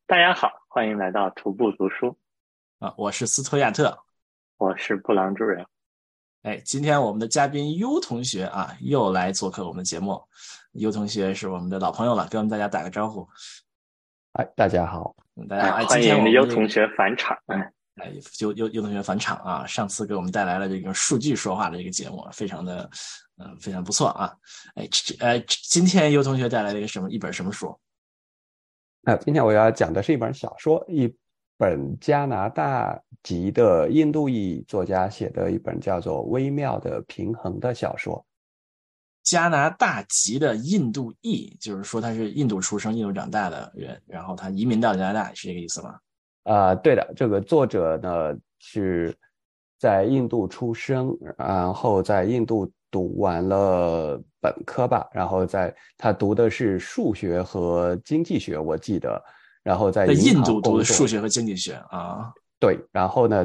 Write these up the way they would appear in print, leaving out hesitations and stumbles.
大家好，欢迎来到徒步读书， 我是斯托亚特。 我是布朗主任。 今天我们的嘉宾优同学又来做客我们的节目。优同学是我们的老朋友了，跟我们大家打个招呼。 哎，大家好。 大家好。今欢迎天我们优同学返场。 优同学返场啊，上次给我们带来了这个数据说话的这个节目，非常的非常不错啊。今天优同学带来了一本什么书？ 今天我要讲的是一本小说，一本加拿大籍的印度裔作家写的一本叫做《微妙的平衡》的小说。 加拿大籍的印度裔，就是说他是印度出生、印度长大的人，然后他移民到加拿大，是这个意思吗？ 对的，这个作者呢是在印度出生，然后在印度读完了本科吧，然后他读的是数学和经济学，我记得，然后在银印度读的行工作。 数学和经济学啊。 对，然后呢，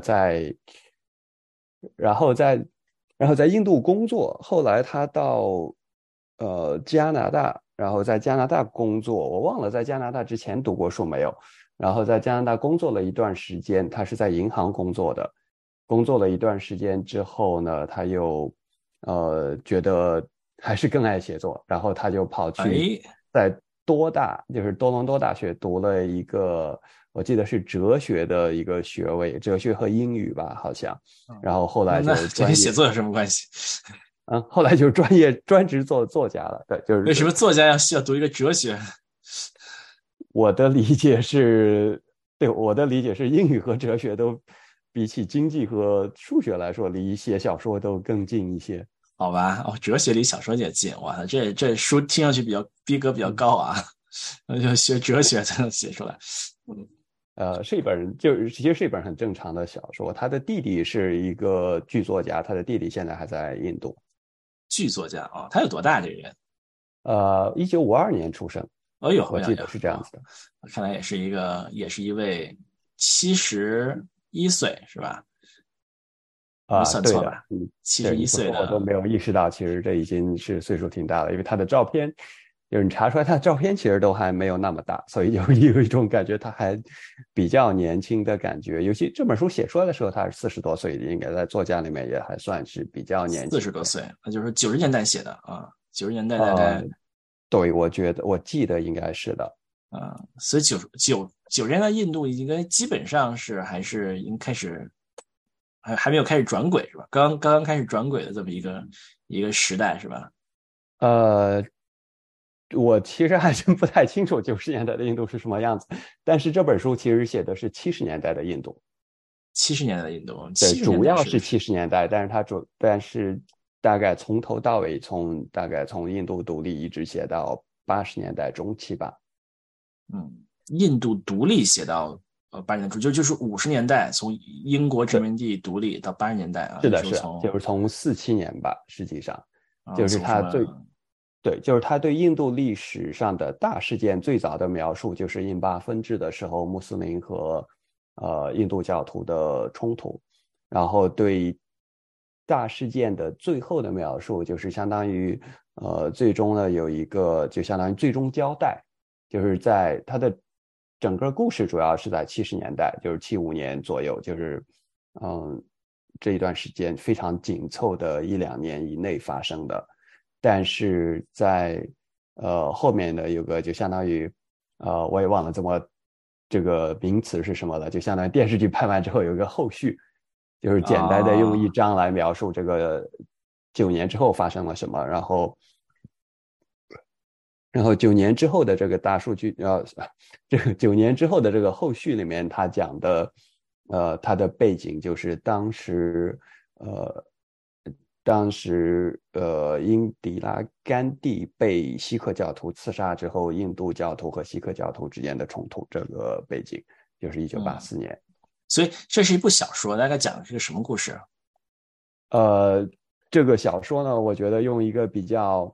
然后在印度工作，后来他到加拿大，然后在加拿大工作，我忘了在加拿大之前读过书没有。然后在加拿大工作了一段时间，他是在银行工作的，工作了一段时间之后呢，他又觉得还是更爱写作，然后他就跑去在就是多伦多大学读了一个，我记得是哲学的一个学位，哲学和英语吧，好像。然后后来就这跟写作有什么关系？ 后来就专职做作家了。对，就是为什么作家需要读一个哲学？ 我的理解是，对，我的理解是，英语和哲学都比起经济和数学来说，离写小说都更近一些。 好吧，哲学离小说也近。哇，这书听上去逼格比较高啊，就学哲学才能写出来。 是一本其实是一本很正常的小说。他的弟弟是一个剧作家，他的弟弟现在还在印度。 剧作家他有多大这个人 ？1952年出生。 哎呦， 我记得是这样子的。 看来也是一位71岁是吧？没算错吧？71岁的。 我都没有意识到，其实这已经是岁数挺大了，因为他的照片，就是你查出来他的照片其实都还没有那么大，所以有一种感觉他还比较年轻的感觉。尤其这本书写出来的时候，他是40多岁，应该在作家里面也还算是比较年轻。 40多岁，那就是90年代写的啊，90年代大概。 对，我记得应该是的。 所以90年代印度应该基本上是还是已经开始，还没有开始转轨是吧？刚刚开始转轨的这么一个时代是吧？ 我其实还真不太清楚90年代的印度是什么样子，但是这本书其实写的是70年代的印度。 70年代的印度， 对， 70年主要是代是 70年代，但是大概从头到尾，从印度独立一直写到80年代中期吧。 印度独立写到80年代初，就是50年代从英国殖民地独立到80年代啊。 是的，就是从47年吧，实际上就是他就是他对印度历史上的大事件最早的描述，就是印巴分治的时候，穆斯林和印度教徒的冲突。然后对大事件的最后的描述，就是相当于最终呢有一个就相当于最终交代，就是在他的整个故事主要是在70年代，就是75年左右，就是这一段时间非常紧凑的1-2年以内发生的。但是在后面呢有个就相当于我也忘了这个名词是什么了，就相当于电视剧拍完之后有一个后续，就是简单的用一章来描述这个9年之后发生了什么。然后9年之后的这个大数据这个9年之后的这个后续里面，他讲的他的背景就是当时英迪拉甘地被锡克教徒刺杀之后，印度教徒和锡克教徒之间的冲突，这个背景就是1984年。 所以这是一部小说，大概讲的是个什么故事？ 这个小说呢，我觉得用一个比较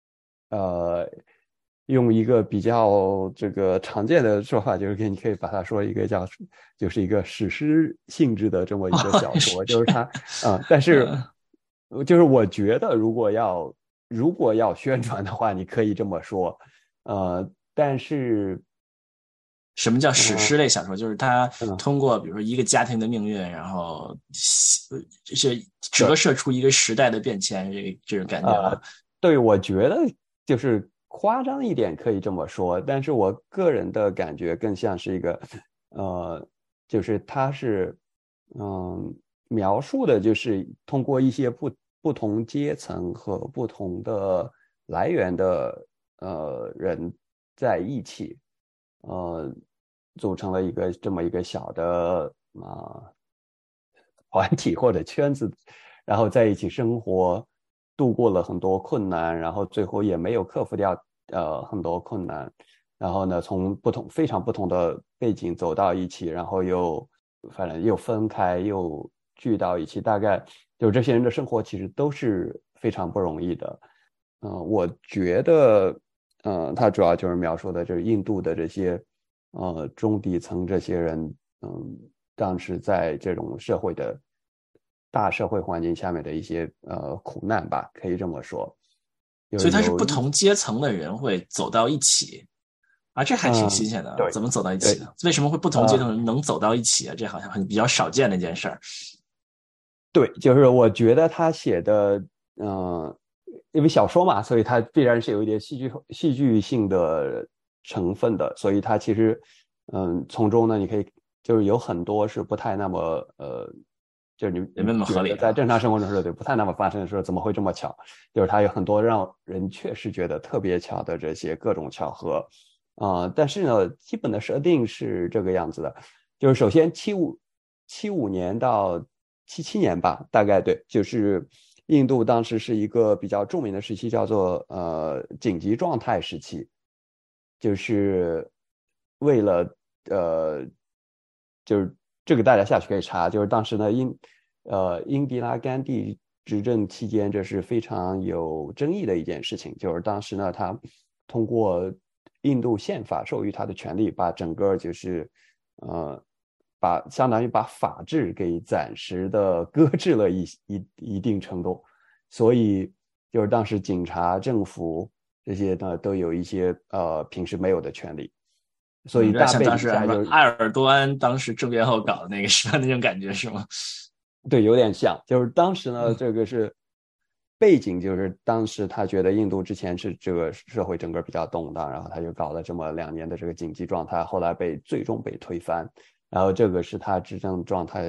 这个常见的说法，就是你可以把它说一个就是一个史诗性质的这么一个小说，就是它但是就是我觉得如果要宣传的话，你可以这么说。但是什么叫史诗类小说？就是他通过比如说一个家庭的命运，然后是折射出一个时代的变迁，这种感觉吗？ 对，我觉得就是夸张一点可以这么说，但是我个人的感觉更像是一个就是他是描述的就是通过一些不同阶层和不同的来源的人在一起，组成了这么一个小的团体或者圈子，然后在一起生活，度过了很多困难，然后最后也没有克服掉很多困难，然后呢从非常不同的背景走到一起，然后反正又分开又聚到一起，大概就这些人的生活其实都是非常不容易的。我觉得他主要就是描述的就是印度的这些中底层这些人，当时在这种大社会环境下面的一些苦难吧，可以这么说。 所以他是不同阶层的人会走到一起啊，这还挺新鲜的啊！怎么走到一起的？为什么会不同阶层能走到一起啊？这好像比较少见的一件事儿。 对，就是我觉得他写的，因为小说嘛，所以它必然是有一点戏剧性的成分的，所以它其实，从中呢，你可以就是有很多是不太那么就是你没那么合理， 在正常生活中是对不太那么发生的时候，怎么会这么巧？就是它有很多让人确实觉得特别巧的这些各种巧合，但是呢，基本的设定是这个样子的，就是首先75年到77年吧，大概对，就是印度当时是一个比较著名的时期，叫做紧急状态时期，就是为了就是这个大家下去可以查，就是当时呢英迪拉甘地执政期间，这是非常有争议的一件事情，就是当时呢他通过印度宪法授予他的权利，把整个就是相当于把法治给暂时的搁置了一定程度，所以就是当时警察、政府这些呢都有一些平时没有的权利，所以大背景下就是埃尔多安当时政变后搞的那个是吧？那种感觉是吗？ 对，有点像，就是当时呢，这个是背景，就是当时他觉得印度之前是这个社会整个比较动荡，然后他就搞了这么2年的这个紧急状态，后来最终被推翻。然后这个是他执政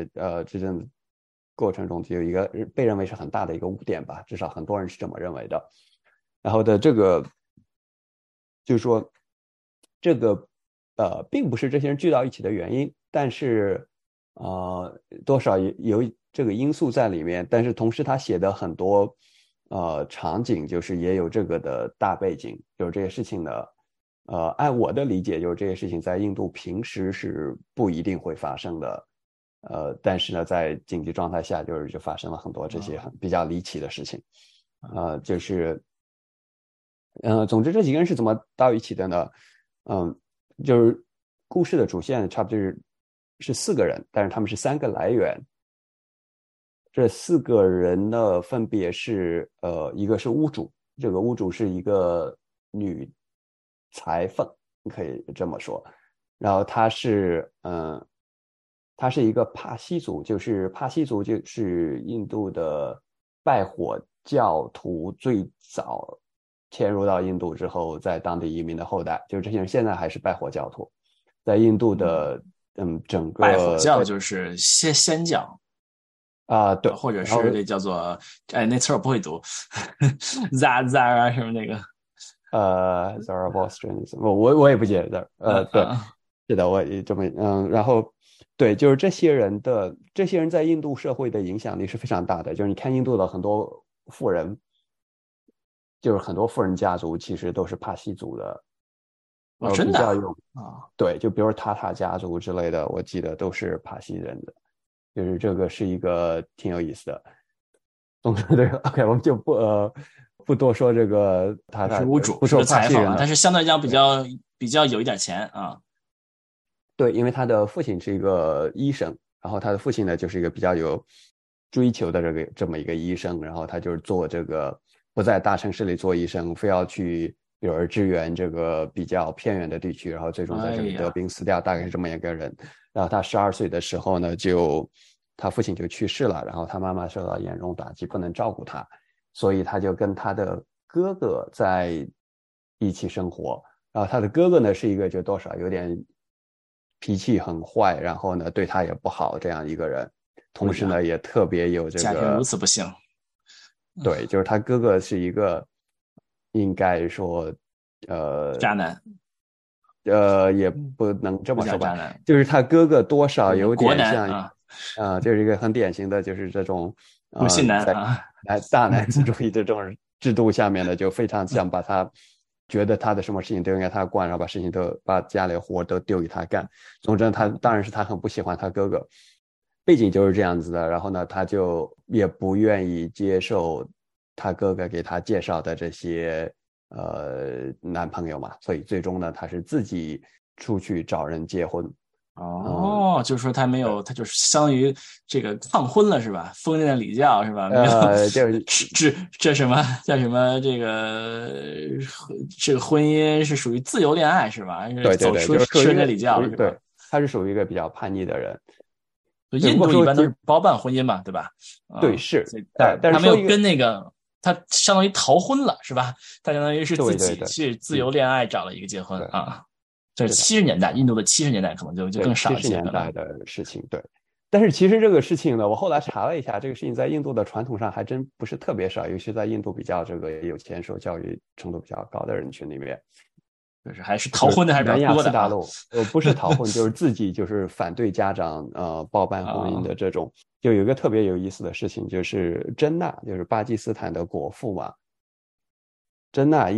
过程中就有一个被认为是很大的一个污点吧，至少很多人是这么认为的。然后的这个就是说这个并不是这些人聚到一起的原因，但是多少有这个因素在里面，但是同时他写的很多场景就是也有这个的大背景，就是这些事情呢按我的理解，就是这些事情在印度平时是不一定会发生的，但是呢，在紧急状态下，就发生了很多这些比较离奇的事情，总之这几个人是怎么到一起的呢？就是故事的主线差不多是4个人，但是他们是3个来源。这4个人呢，分别是一个是屋主，这个屋主是一个女裁缝，可以这么说。然后他是一个帕西族，就是帕西族就是印度的拜火教徒最早迁入到印度之后，在当地移民的后代，就是这些人现在还是拜火教徒，在印度的整个拜火教就是仙教对， 或者是这叫做那词我不会读，Zara 什么那个 Zoroastrianism，我也不记得对，是的，我也这么然后对，就是这些人在印度社会的影响力是非常大的，就是你看印度的很多富人。就是很多富人家族其实都是帕西族的， 真的对，就比如塔塔家族之类的，我记得都是帕西人的，就是这个是一个挺有意思的。总之，对 ，OK， 我们就不多说这个塔塔屋主， 不说帕西人了， 但是相对来讲比较有一点钱啊。 对，因为他的父亲是一个医生，然后他的父亲呢就是一个比较有追求的这么一个医生，然后他就是做这个。不在大城市里做医生，非要去比如支援这个比较偏远的地区，然后最终在这里得病死掉，大概是这么一个人。然后他12岁的时候呢，他父亲就去世了，然后他妈妈受到严重打击，不能照顾他，所以他就跟他的哥哥在一起生活。然后他的哥哥呢是一个就多少有点脾气很坏，然后呢对他也不好这样一个人，同时呢也特别有这个家庭如此不幸。 对，就是他哥哥是一个应该说渣男， 也不能这么说吧， 渣男就是他哥哥多少有点像就是一个很典型的就是这种母性男大男子主义这种制度下面的，就非常想把他觉得他的什么事情都应该他管，然后把家里活都丢给他干。总之他当然是他很不喜欢他哥哥，背景就是这样子的。然后呢他就也不愿意接受他哥哥给他介绍的这些男朋友嘛，所以最终呢他是自己出去找人结婚。 就是说他没有，他就是相当于这个抗婚了是吧？封建的礼教是吧？ 就是这什么叫什么？这个婚姻是属于自由恋爱是吧？ 对， 走出封建礼教是吧？ 对，他是属于一个比较叛逆的人。 印度一般都是包办婚姻嘛，对吧？ 对，是， 但他没有跟那个，他相当于逃婚了是吧？他相当于是自己去自由恋爱找了一个结婚啊。这是70年代，印度的70年代可能就更少一些。 70年代的事情，对。但是其实这个事情呢，我后来查了一下，这个事情在印度的传统上还真不是特别少，尤其在印度比较这个有钱、受教育程度比较高的人群里面， 就是还是逃婚的还是比较多的。 南亚次大陆不是逃婚，就是自己就是反对家长包办婚姻的这种。就有一个特别有意思的事情，就是珍娜，就是巴基斯坦的国父嘛。珍娜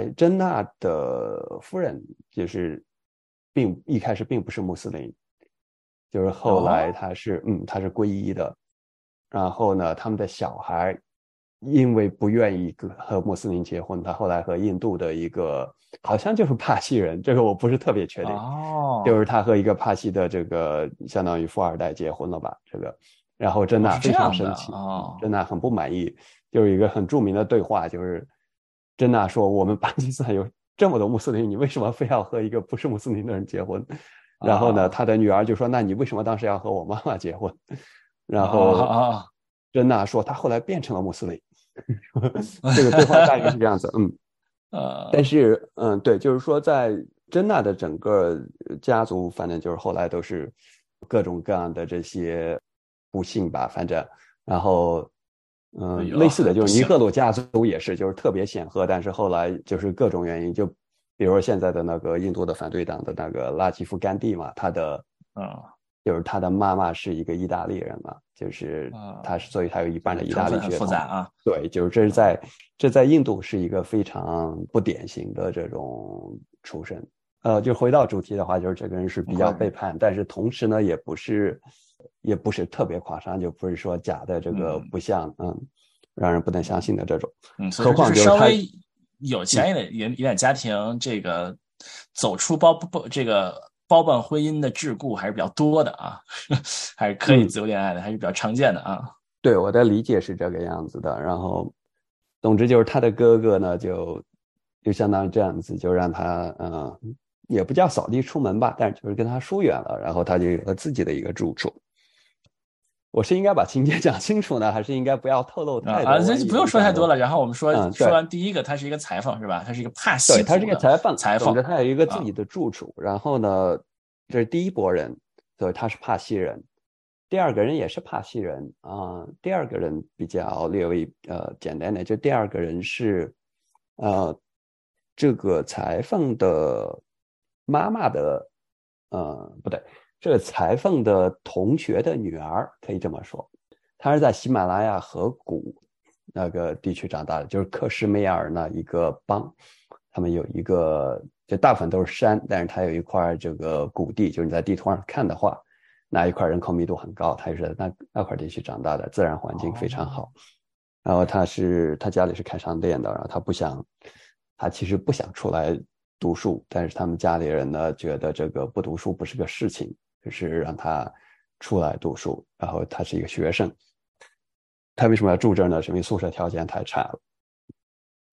的夫人就是一开始并不是穆斯林，就是后来他是皈依的。然后呢他们的小孩因为不愿意和穆斯林结婚，他后来和印度的一个好像就是帕西人，这个我不是特别确定，就是他和一个帕西的这个相当于富二代结婚了吧，这个。然后珍娜非常生气，珍娜很不满意，就是一个很著名的对话，就是珍娜说我们巴基斯坦有这么多穆斯林，你为什么非要和一个不是穆斯林的人结婚？然后呢他的女儿就说那你为什么当时要和我妈妈结婚？然后珍娜说她后来变成了穆斯林。这个对话大概是这样子。但是对，就是说在珍娜的整个家族反正就是后来都是各种各样的这些不幸吧，反正然后类似的就是尼赫鲁家族也是就是特别显赫，但是后来就是各种原因，就比如说现在的那个印度的反对党的那个拉吉夫甘地嘛，就是他的妈妈是一个意大利人嘛，就是所以他有一半的意大利血统。 复杂啊。 对，就是这在印度是一个非常不典型的这种出身。就回到主题的话，就是这个人是比较背叛，但是同时呢也不是特别夸张，就不是说假的这个不像让人不能相信的这种。何况就是稍微有钱一点家庭，这个走出这个包办婚姻的桎梏还是比较多的啊，还是可以自由恋爱的，还是比较常见的啊。 对，我的理解是这个样子的。然后总之就是他的哥哥呢就相当于这样子，就让他也不叫扫地出门吧，但是就是跟他疏远了，然后他就有了自己的一个住处。我是应该把情节讲清楚呢，还是应该不要透露太多？ 这不用说太多了。然后我们说完第一个，他是一个裁缝是吧？他是一个帕西族的， 对，他是一个裁缝，他有一个自己的住处。然后呢，这是第一拨人，所以他是帕西人。第二个人也是帕西人第二个人比较略微简单的，就第二个人是这个裁缝的妈妈的不对。这个裁缝的同学的女儿，可以这么说，她是在喜马拉雅河谷那个地区长大的，就是克什米尔那一个邦，他们有一个，就大部分都是山，但是它有一块这个谷地，就是你在地图上看的话，那一块人口密度很高，他也是在那块地区长大的，自然环境非常好。然后他家里是开商店的，然后他其实不想出来读书，但是他们家里人呢觉得这个不读书不是个事情，就是让他出来读书。然后他是一个学生，他为什么要住这儿呢？是因为宿舍条件太差了。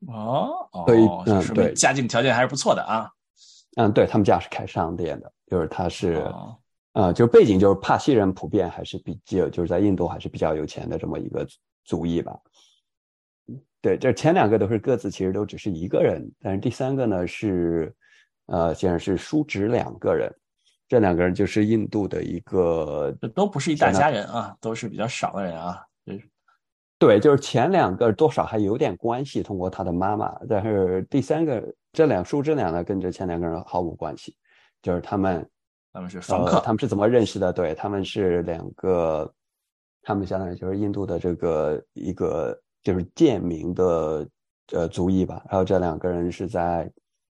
所以就说明家境条件还是不错的啊。 对，他们家是开商店的，就是他是就背景就是帕西人普遍还是比较就是在印度还是比较有钱的这么一个族裔吧。对，这前2个都是各自其实都只是一个人，但是第3个呢是显然是叔侄2个人，这2个人就是印度的一个， 这都不是一大家人啊，都是比较少的人啊。 对，就是前2个多少还有点关系，通过他的妈妈，但是第3个这叔侄俩呢跟这前2个人毫无关系，就是他们是房客， 他们是怎么认识的？对，他们是2个，他们相当于就是印度的这个一个就是贱民的族裔吧。然后这2个人是在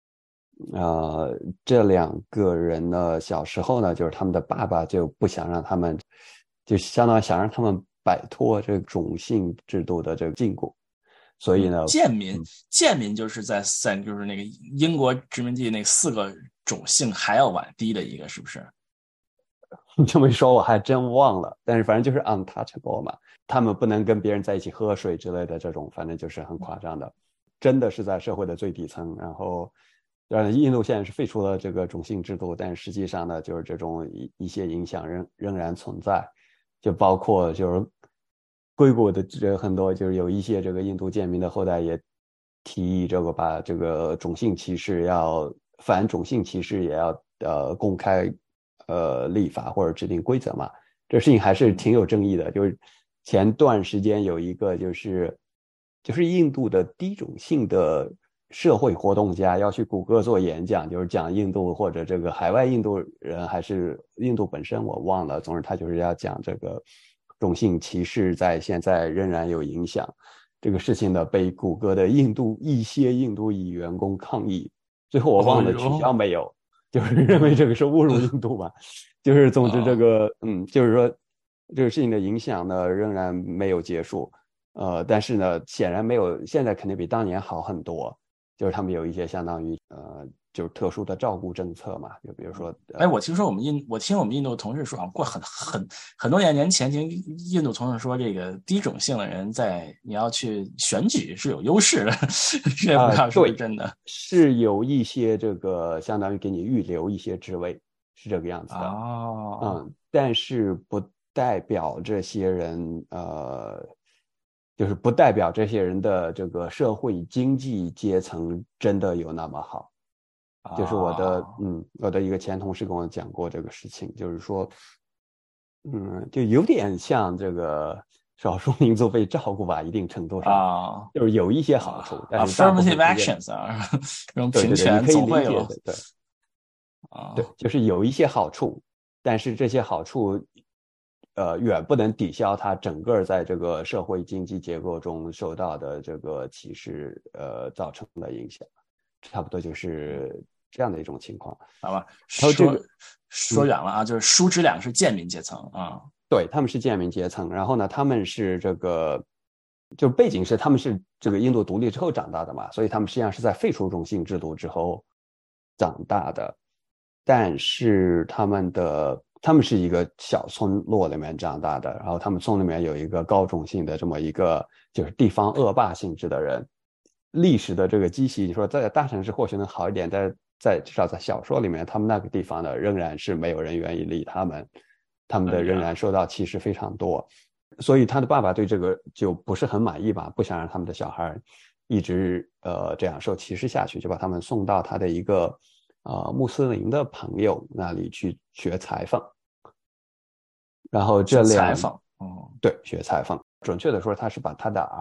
这2个人呢小时候呢，就是他们的爸爸就不想让他们，就相当于想让他们摆脱这个种姓制度的这个禁锢，所以呢， 贱民就是在就是那个英国殖民地那4个种姓还要往低的一个，是不是？ 你这么一说我还真忘了，但是反正就是 untouchable 嘛，他们不能跟别人在一起喝水之类的这种，反正就是很夸张的，真的是在社会的最底层。然后印度现在是废除了这个种姓制度，但实际上呢，就是这种一些影响仍然存在，就包括就是硅谷的这很多就是有一些这个印度贱民的后代也提议这个把这个种姓歧视反种姓歧视也要公开立法或者制定规则嘛，这事情还是挺有争议的。就是前段时间有一个就是印度的低种姓的社会活动家要去谷歌做演讲，就是讲印度或者这个海外印度人还是印度本身我忘了，总之他就是要讲这个种姓歧视在现在仍然有影响。这个事情呢被谷歌的一些印度裔员工抗议，最后我忘了取消没有，就是认为这个是侮辱印度吧。就是总之这个就是说这个事情的影响呢仍然没有结束，但是呢显然没有，现在肯定比当年好很多，就是他们有一些相当于就是特殊的照顾政策嘛，就比如说我听我们印度同事说，过很多年前听印度同事说，这个低种姓的人在你要去选举是有优势的，这不知道是不是真的， 是有一些这个相当于给你预留一些职位，是这个样子的。但是不代表这些人就是不代表这些人的这个社会经济阶层真的有那么好。就是我的一个前同事跟我讲过这个事情，就是说就有点像这个少数民族被照顾吧，一定程度上就是有一些好处，但是 affirmative actions 这种平权总会有， 对，就是有一些好处，但是这些好处远不能抵消它整个在这个社会经济结构中受到的这个歧视造成的影响，差不多就是这样的一种情况。 好吧，说远了啊，就是叔侄俩是贱民阶层啊。 对，他们是贱民阶层，然后呢他们是这个就背景是他们是这个印度独立之后长大的嘛，所以他们实际上是在废除种姓制度之后长大的，但是他们是一个小村落里面长大的，然后他们村里面有一个高种姓的这么一个就是地方恶霸性质的人。历史的这个积习，你说在大城市或许能好一点，但是至少在小说里面，他们那个地方呢仍然是没有人愿意理他们，他们的仍然受到歧视非常多，所以他的爸爸对这个就不是很满意吧，不想让他们的小孩一直这样受歧视下去，就把他们送到他的一个穆斯林的朋友那里去学裁缝，然后这裁缝， 对，学裁缝。准确的说，他把他的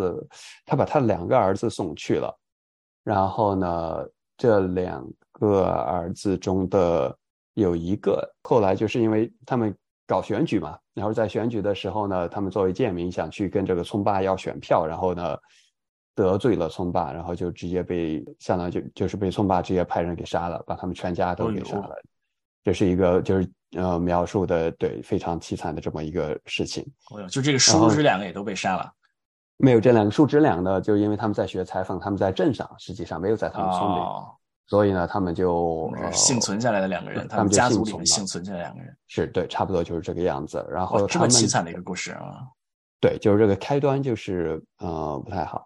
2个儿子送去了，然后呢，这2个儿子中的有一个，后来就是因为他们搞选举嘛，然后在选举的时候呢，他们作为贱民想去跟这个村霸要选票，然后呢得罪了村霸，然后就直接被相当于就是被村霸直接派人给杀了，把他们全家都给杀了。这是一个就是描述的对非常凄惨的这么一个事情。 就这个叔侄2个也都被杀了？ 没有，这2个叔侄俩呢，就因为他们在学裁缝，他们在镇上，实际上没有在他们村里，所以呢，他们就幸存下来的2个人，他们家族里面幸存下来2个人， 是对，差不多就是这个样子。然后这么凄惨的一个故事啊！ 对，就是这个开端就是不太好。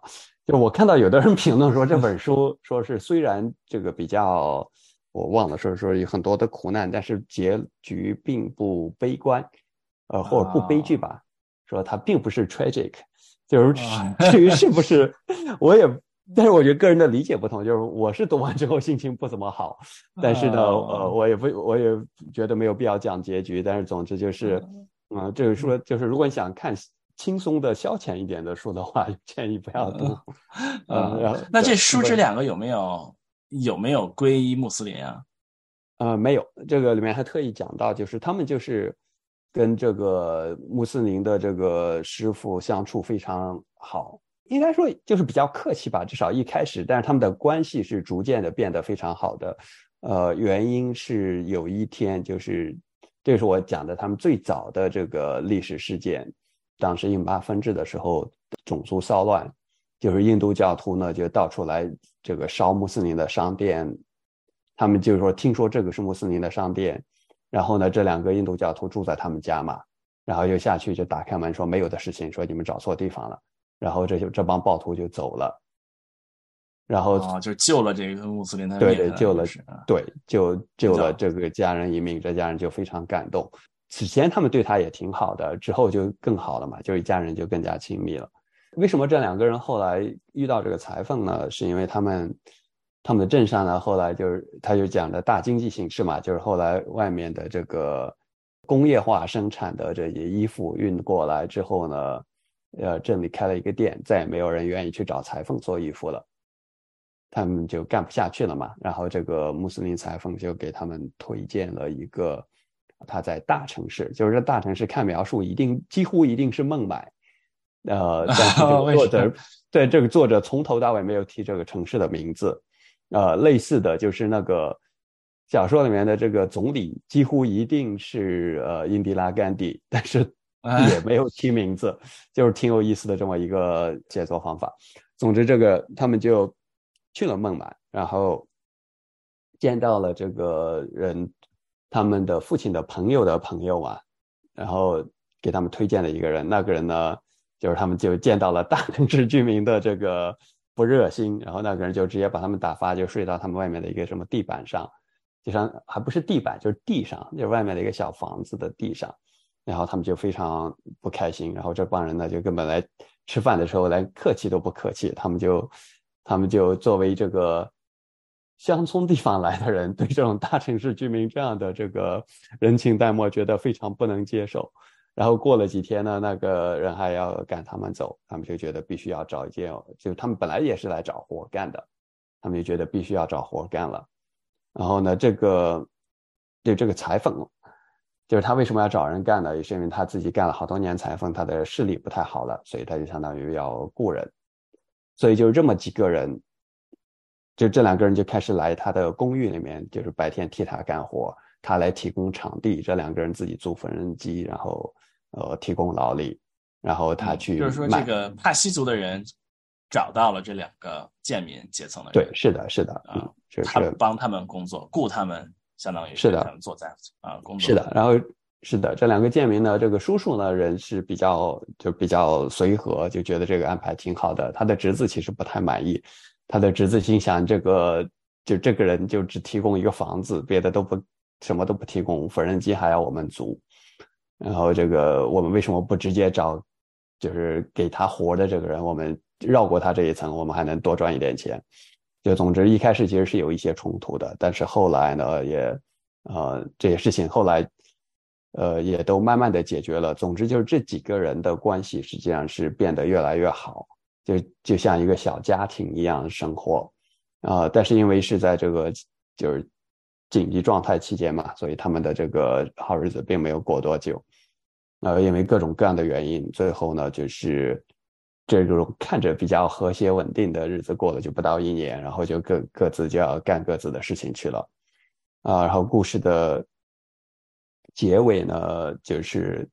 就我看到有的人评论说这本书说是虽然这个比较我忘了说有很多的苦难，但是结局并不悲观，或者不悲剧吧，说它并不是 tragic， 就是至于是不是我也。但是我觉得个人的理解不同，就是我是读完之后心情不怎么好，但是呢，我也觉得没有必要讲结局。但是总之就是，这个书就是如果你想看轻松的消遣一点的书的话，建议不要读。 那这书这两个有没有皈依穆斯林啊？ 没有，这个里面还特意讲到，就是他们就是跟这个穆斯林的这个师傅相处非常好。应该说就是比较客气吧，至少一开始，但是他们的关系是逐渐的变得非常好的。原因是有一天，这是我讲的他们最早的这个历史事件，当时印巴分治的时候，种族骚乱，就是印度教徒呢就到处来这个烧穆斯林的商店，他们就是说听说这个是穆斯林的商店，然后呢这两个印度教徒住在他们家嘛，然后就下去就打开门说没有的事情，说你们找错地方了。然后这帮暴徒就走了，然后就救了这个穆斯林的命， 对，救了这个家人一命，这家人就非常感动。此前他们对他也挺好的，之后就更好了嘛，就一家人就更加亲密了。为什么这两个人后来遇到这个裁缝呢？是因为他们的镇上呢，后来他就讲的大经济形势嘛，就是后来外面的这个工业化生产的这些衣服运过来之后呢。镇里开了一个店，再也没有人愿意去找裁缝做衣服了，他们就干不下去了嘛。然后这个穆斯林裁缝就给他们推荐了一个，他在大城市，就是大城市看描述几乎一定是孟买，但是这个作者对这个作者从头到尾没有提这个城市的名字。类似的就是那个小说里面的这个总理几乎一定是印第拉甘地，但是也没有提名字，就是挺有意思的这么一个写作方法。总之他们就去了孟买，然后见到了这个人他们的父亲的朋友的朋友嘛，然后给他们推荐了一个人，那个人呢就是他们就见到了大城市居民的这个不热心，然后那个人就直接把他们打发，就睡到他们外面的一个什么地板上，就像还不是地板就是地上，就是外面的一个小房子的地上，然后他们就非常不开心，然后这帮人呢就根本来吃饭的时候连客气都不客气，他们就作为这个乡村地方来的人，对这种大城市居民这样的这个人情淡漠觉得非常不能接受。然后过了几天呢，那个人还要赶他们走，他们就觉得必须要找一件，就他们本来也是来找活干的，他们就觉得必须要找活干了。然后呢，这个裁缝，就是他为什么要找人干呢？也是因为他自己干了好多年裁缝，他的视力不太好了，所以他就相当于要雇人。所以就这么几个人，就这两个人就开始来他的公寓里面，就是白天替他干活，他来提供场地，这两个人自己租缝纫机，然后提供劳力，然后他去就是说这个帕西族的人找到了这两个贱民阶层的人， 对，是的他帮他们工作，雇他们，相当于是的他们做在工作， 是的，然后是的，这两个贱民呢，这个叔叔呢人是比较随和，就觉得这个安排挺好的。他的侄子其实不太满意，他的侄子心想这个人就只提供一个房子，别的什么都不提供，缝纫机还要我们租，然后这个我们为什么不直接找就是给他活的这个人，我们绕过他这一层，我们还能多赚一点钱。就总之一开始其实是有一些冲突的，但是后来呢这些事情后来也都慢慢的解决了。总之就是这几个人的关系实际上是变得越来越好，就像一个小家庭一样生活。但是因为是在这个就是紧急状态期间嘛，所以他们的这个好日子并没有过多久。因为各种各样的原因，最后呢就是这种看着比较和谐稳定的日子过了就不到1年，然后就各自就要干各自的事情去了。然后故事的结尾呢，就是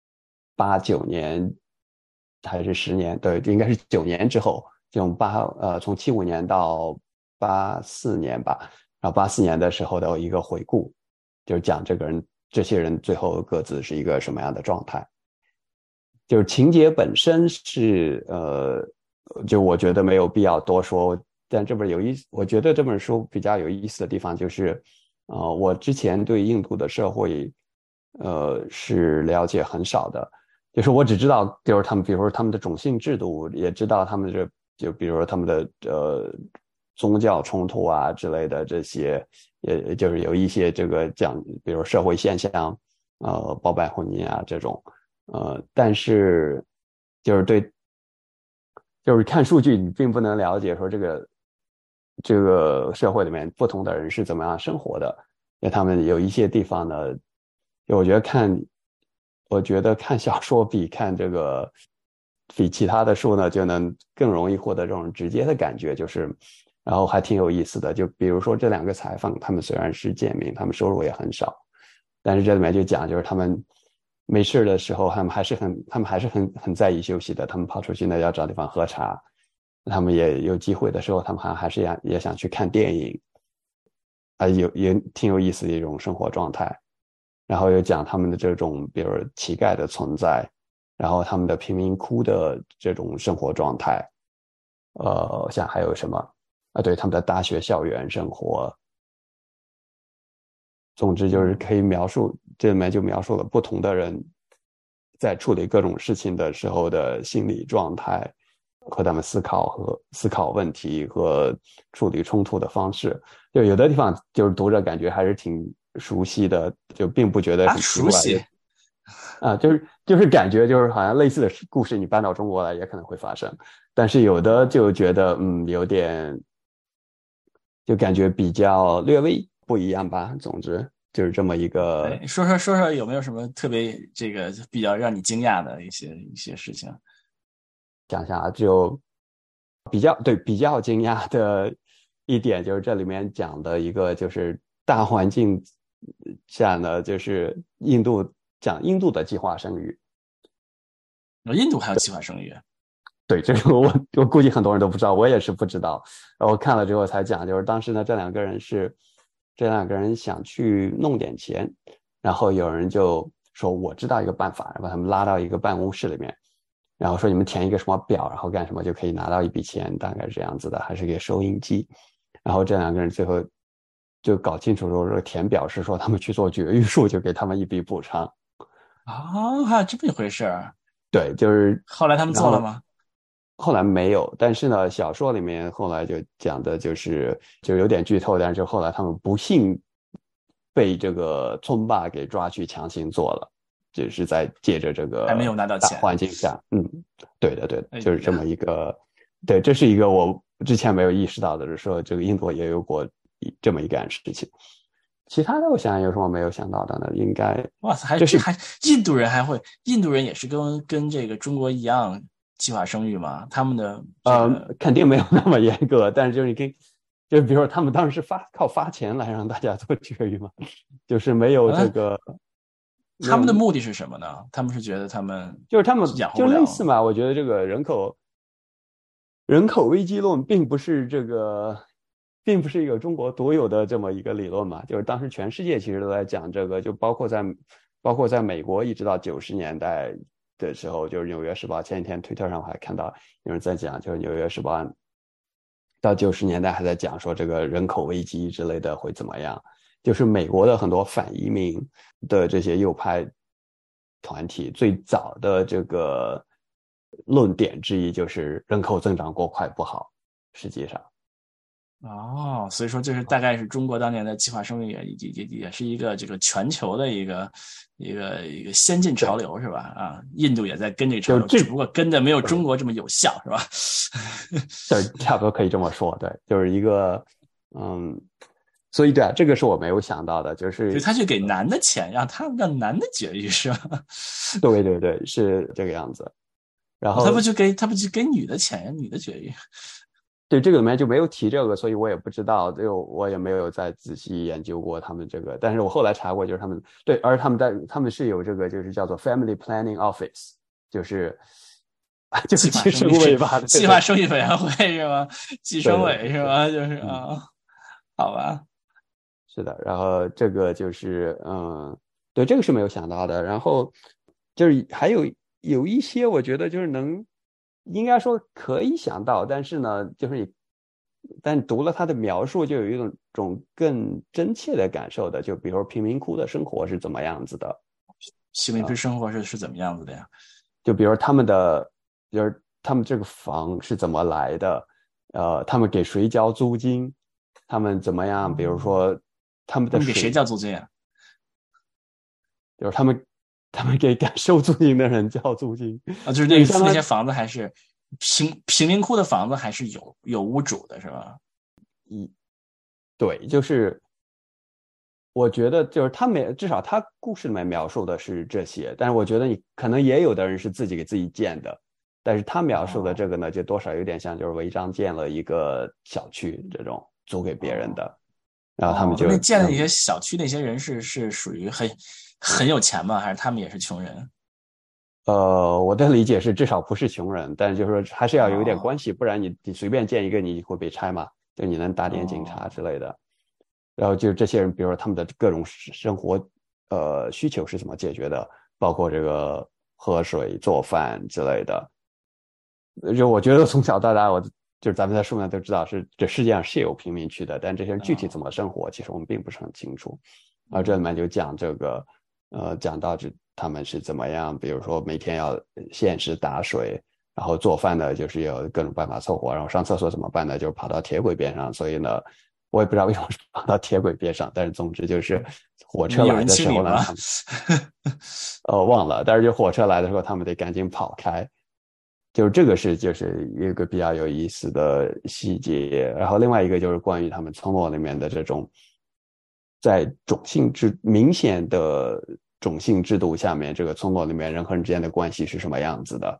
89年还是10年，对，应该是9年之后，从75年到84年吧，然后84年的时候的一个回顾，就是讲这些人最后各自是一个什么样的状态。就是情节本身是就我觉得没有必要多说。但这本我觉得这本书比较有意思的地方就是，我之前对印度的社会，是了解很少的，就是我只知道就是他们，比如说他们的种姓制度，也知道他们就比如说他们的宗教冲突啊之类的这些，也就是有一些这个讲，比如社会现象，包办婚姻啊这种，但是就是看数据，你并不能了解说这个社会里面不同的人是怎么样生活的。因为他们有一些地方呢，就我觉得看小说比其他的书呢，就能更容易获得这种直接的感觉，然后还挺有意思的。就比如说这2个采访，他们虽然是贱民，他们收入也很少，但是这里面就讲，就是他们没事的时候，他们还是很在意休息的。他们跑出去呢，要找地方喝茶。他们也有机会的时候，他们还是也想去看电影，也挺有意思的一种生活状态。然后又讲他们的这种，比如乞丐的存在，然后他们的贫民窟的这种生活状态，像还有什么对，他们的大学校园生活。总之就是可以描述，这里面就描述了不同的人在处理各种事情的时候的心理状态，和他们思考问题和处理冲突的方式。就有的地方就是读者感觉还是挺熟悉的，就并不觉得很奇怪。 熟悉就是感觉就是好像类似的故事你搬到中国来也可能会发生，但是有的就觉得有点就感觉比较略微不一样吧。总之就是这么一个。 说有没有什么特别这个比较让你惊讶的一些事情？ 想想就比较惊讶的一点就是这里面讲的一个就是大环境下呢，就是印度的计划生育。 印度还有计划生育？ 对，这个我估计很多人都不知道，我也是不知道。然后看了之后才讲，就是当时呢，这两个人想去弄点钱，然后有人就说我知道一个办法，把他们拉到一个办公室里面，然后说你们填一个什么表，然后干什么就可以拿到一笔钱，大概是这样子的，还是个收音机。然后这两个人最后就搞清楚说，这个填表是说他们去做绝育术，就给他们一笔补偿。 还有这么一回事儿？ 对，就是后来他们做了吗？ 后来没有，但是呢，小说里面后来就讲的就有点剧透，但是就后来他们不幸被这个村霸给抓去强行做了，就是在借着这个还没有拿到钱大环境下，对的，就是这么一个，对，这是一个我之前没有意识到的，是说这个印度也有过这么一件事情。其他的我想想有什么没有想到的呢？应该哇塞，印度人也是跟这个中国一样计划生育吗？他们的肯定没有那么严格，但是就是你可以，就比如说他们当时是靠发钱来让大家做绝育嘛，就是没有这个。 他们的目的是什么呢？他们是觉得他们就类似嘛。我觉得这个人口危机论并不是一个中国独有的这么一个理论嘛，就是当时全世界其实都在讲这个，就包括在美国一直到90年代的时候，就是《纽约时报》前几天推特上我还看到有人在讲，就是《纽约时报》到90年代还在讲说这个人口危机之类的会怎么样，就是美国的很多反移民的这些右派团体最早的这个论点之一就是人口增长过快不好，实际上。 所以说这是大概是中国当年的计划生育也是一个这个全球的一个先进潮流是吧？印度也在跟这个潮流，只不过跟的没有中国这么有效是吧？ 对，差不多可以这么说。对，就是一个所以对啊，这个是我没有想到的，就是所以他去给男的钱，让男的绝育是吧？ 对，是这个样子。然后他不去给女的钱，女的绝育。 对，这个里面就没有提这个，所以我也不知道，我也没有再仔细研究过他们这个。但是我后来查过，就是他们对，而他们是有这个，就是叫做 Family Planning Office，就是计生委吧， 计划生育委员会是吗？计生委是吗？就是好吧。 是的，然后这个就是对，这个是没有想到的。然后就是还有一些，我觉得就是能应该说可以想到，但是呢，但读了他的描述，就有一种更真切的感受的，就比如说贫民窟的生活是怎么样子的， 贫民窟生活是怎么样子的呀？ 就比如他们这个房是怎么来的，他们给谁交租金，他们怎么样，比如说他们给谁交租金啊？ 就是他们给敢收租金的人交租金啊，就是那些房子还是贫民窟的房子，还是有屋主的是吧？ 对，就是我觉得就是至少他故事里面描述的是这些，但是我觉得你可能也有的人是自己给自己建的，但是他描述的这个呢，就多少有点像就是违章建了一个小区这种租给别人的，然后他们就那建的那些小区那些人是属于很有钱吗？还是他们也是穷人？ 我的理解是至少不是穷人，但是就是说还是要有一点关系，不然你随便建一个你会被拆嘛，就你能打点警察之类的。然后就这些人，比如说他们的各种生活需求是怎么解决的，包括这个喝水、做饭之类的。就我觉得从小到大，就是咱们在书上都知道这世界上是有贫民区的，但这些人具体怎么生活，其实我们并不是很清楚。然后这里面就讲这个讲到他们是怎么样，比如说每天要限时打水，然后做饭呢就是有各种办法凑合，然后上厕所怎么办呢？就是跑到铁轨边上，所以呢我也不知道为什么是跑到铁轨边上，但是总之就是火车来的时候呢，忘了，但是就火车来的时候他们得赶紧跑开，就是这个就是一个比较有意思的细节。然后另外一个就是关于他们村落里面的这种在明显的种姓制度下面，这个村落里面人和人之间的关系是什么样子的，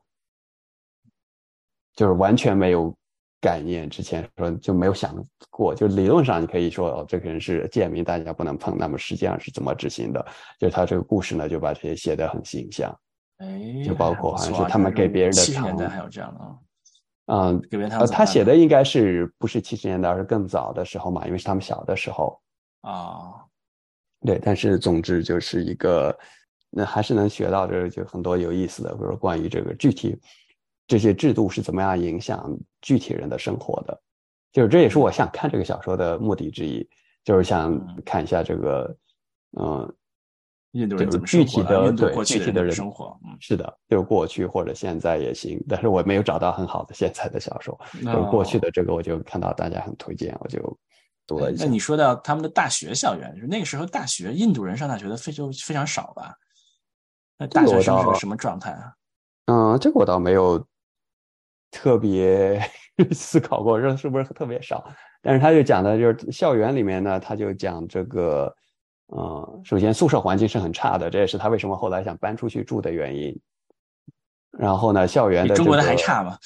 就是完全没有概念，之前说就没有想过，就理论上你可以说这个人是贱民，大家不能碰，那么实际上是怎么执行的？就是他这个故事呢，就把这些写得很形象，就包括好像是他们给别人的 70年代还有这样的给别人他写的应该不是70年代，而是更早的时候嘛，因为是他们小的时候对，但是总之就是一个，那还是能学到就很多有意思的，比如说关于这个具体这些制度是怎么样影响具体人的生活的，就是这也是我想看这个小说的目的之一，就是想看一下这个印度人怎么具体的具体的人生活， 是的，就是过去或者现在也行，但是我没有找到很好的现在的小说，就是过去的这个我就看到大家很推荐，我就读了一下。 那你说到他们的大学校园，那个时候印度人上大学的非常少吧？那大学生是个什么状态啊？ 这个我倒没有特别思考过，这是不是特别少？但是他就讲的就是校园里面呢，他就讲这个，首先宿舍环境是很差的，这也是他为什么后来想搬出去住的原因。然后呢，校园的比中国的还差吗？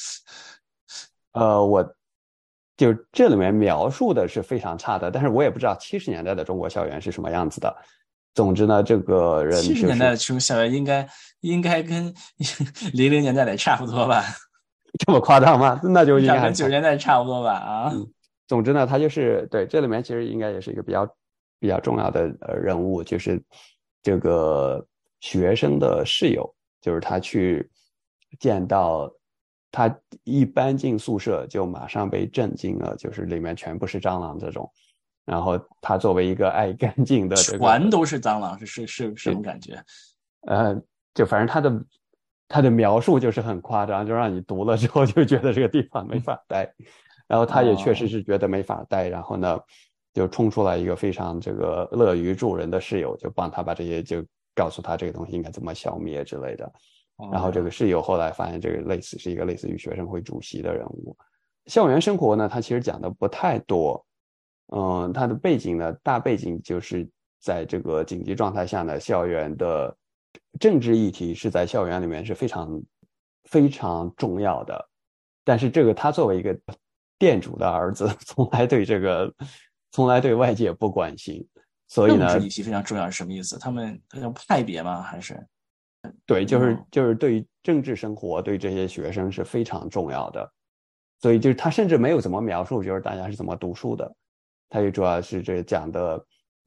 就这里面描述的是非常差的，但是我也不知道70年代的中国校园是什么样子的。总之呢，这个人 70年代的中国校园应该跟00年代的差不多吧？ 这么夸张吗？那就应该跟90年代差不多吧？ 总之呢，他就是对这里面其实应该也是一个比较重要的人物，就是这个学生的室友，就是他去见到他一搬进宿舍就马上被震惊了，就是里面全部是蟑螂这种。然后他作为一个爱干净的全都是蟑螂，是什么感觉？ 就反正他的描述就是很夸张，就让你读了之后就觉得这个地方没法待。然后他也确实是觉得没法待，然后呢就冲出来一个非常这个乐于助人的室友，就帮他把这些，就告诉他这个东西应该怎么消灭之类的。然后这个室友后来发现这个是一个类似于学生会主席的人物。校园生活呢，他其实讲的不太多。它的背景呢，大背景就是在这个紧急状态下呢，校园的政治议题是在校园里面是非常非常重要的。但是这个他作为一个店主的儿子，从来对外界不关心，所以呢， 政治议题非常重要是什么意思？他叫派别吗？还是？ 对，就是对于政治生活，对这些学生是非常重要的。所以就是他甚至没有怎么描述，就是大家是怎么读书的。他也主要是这讲的，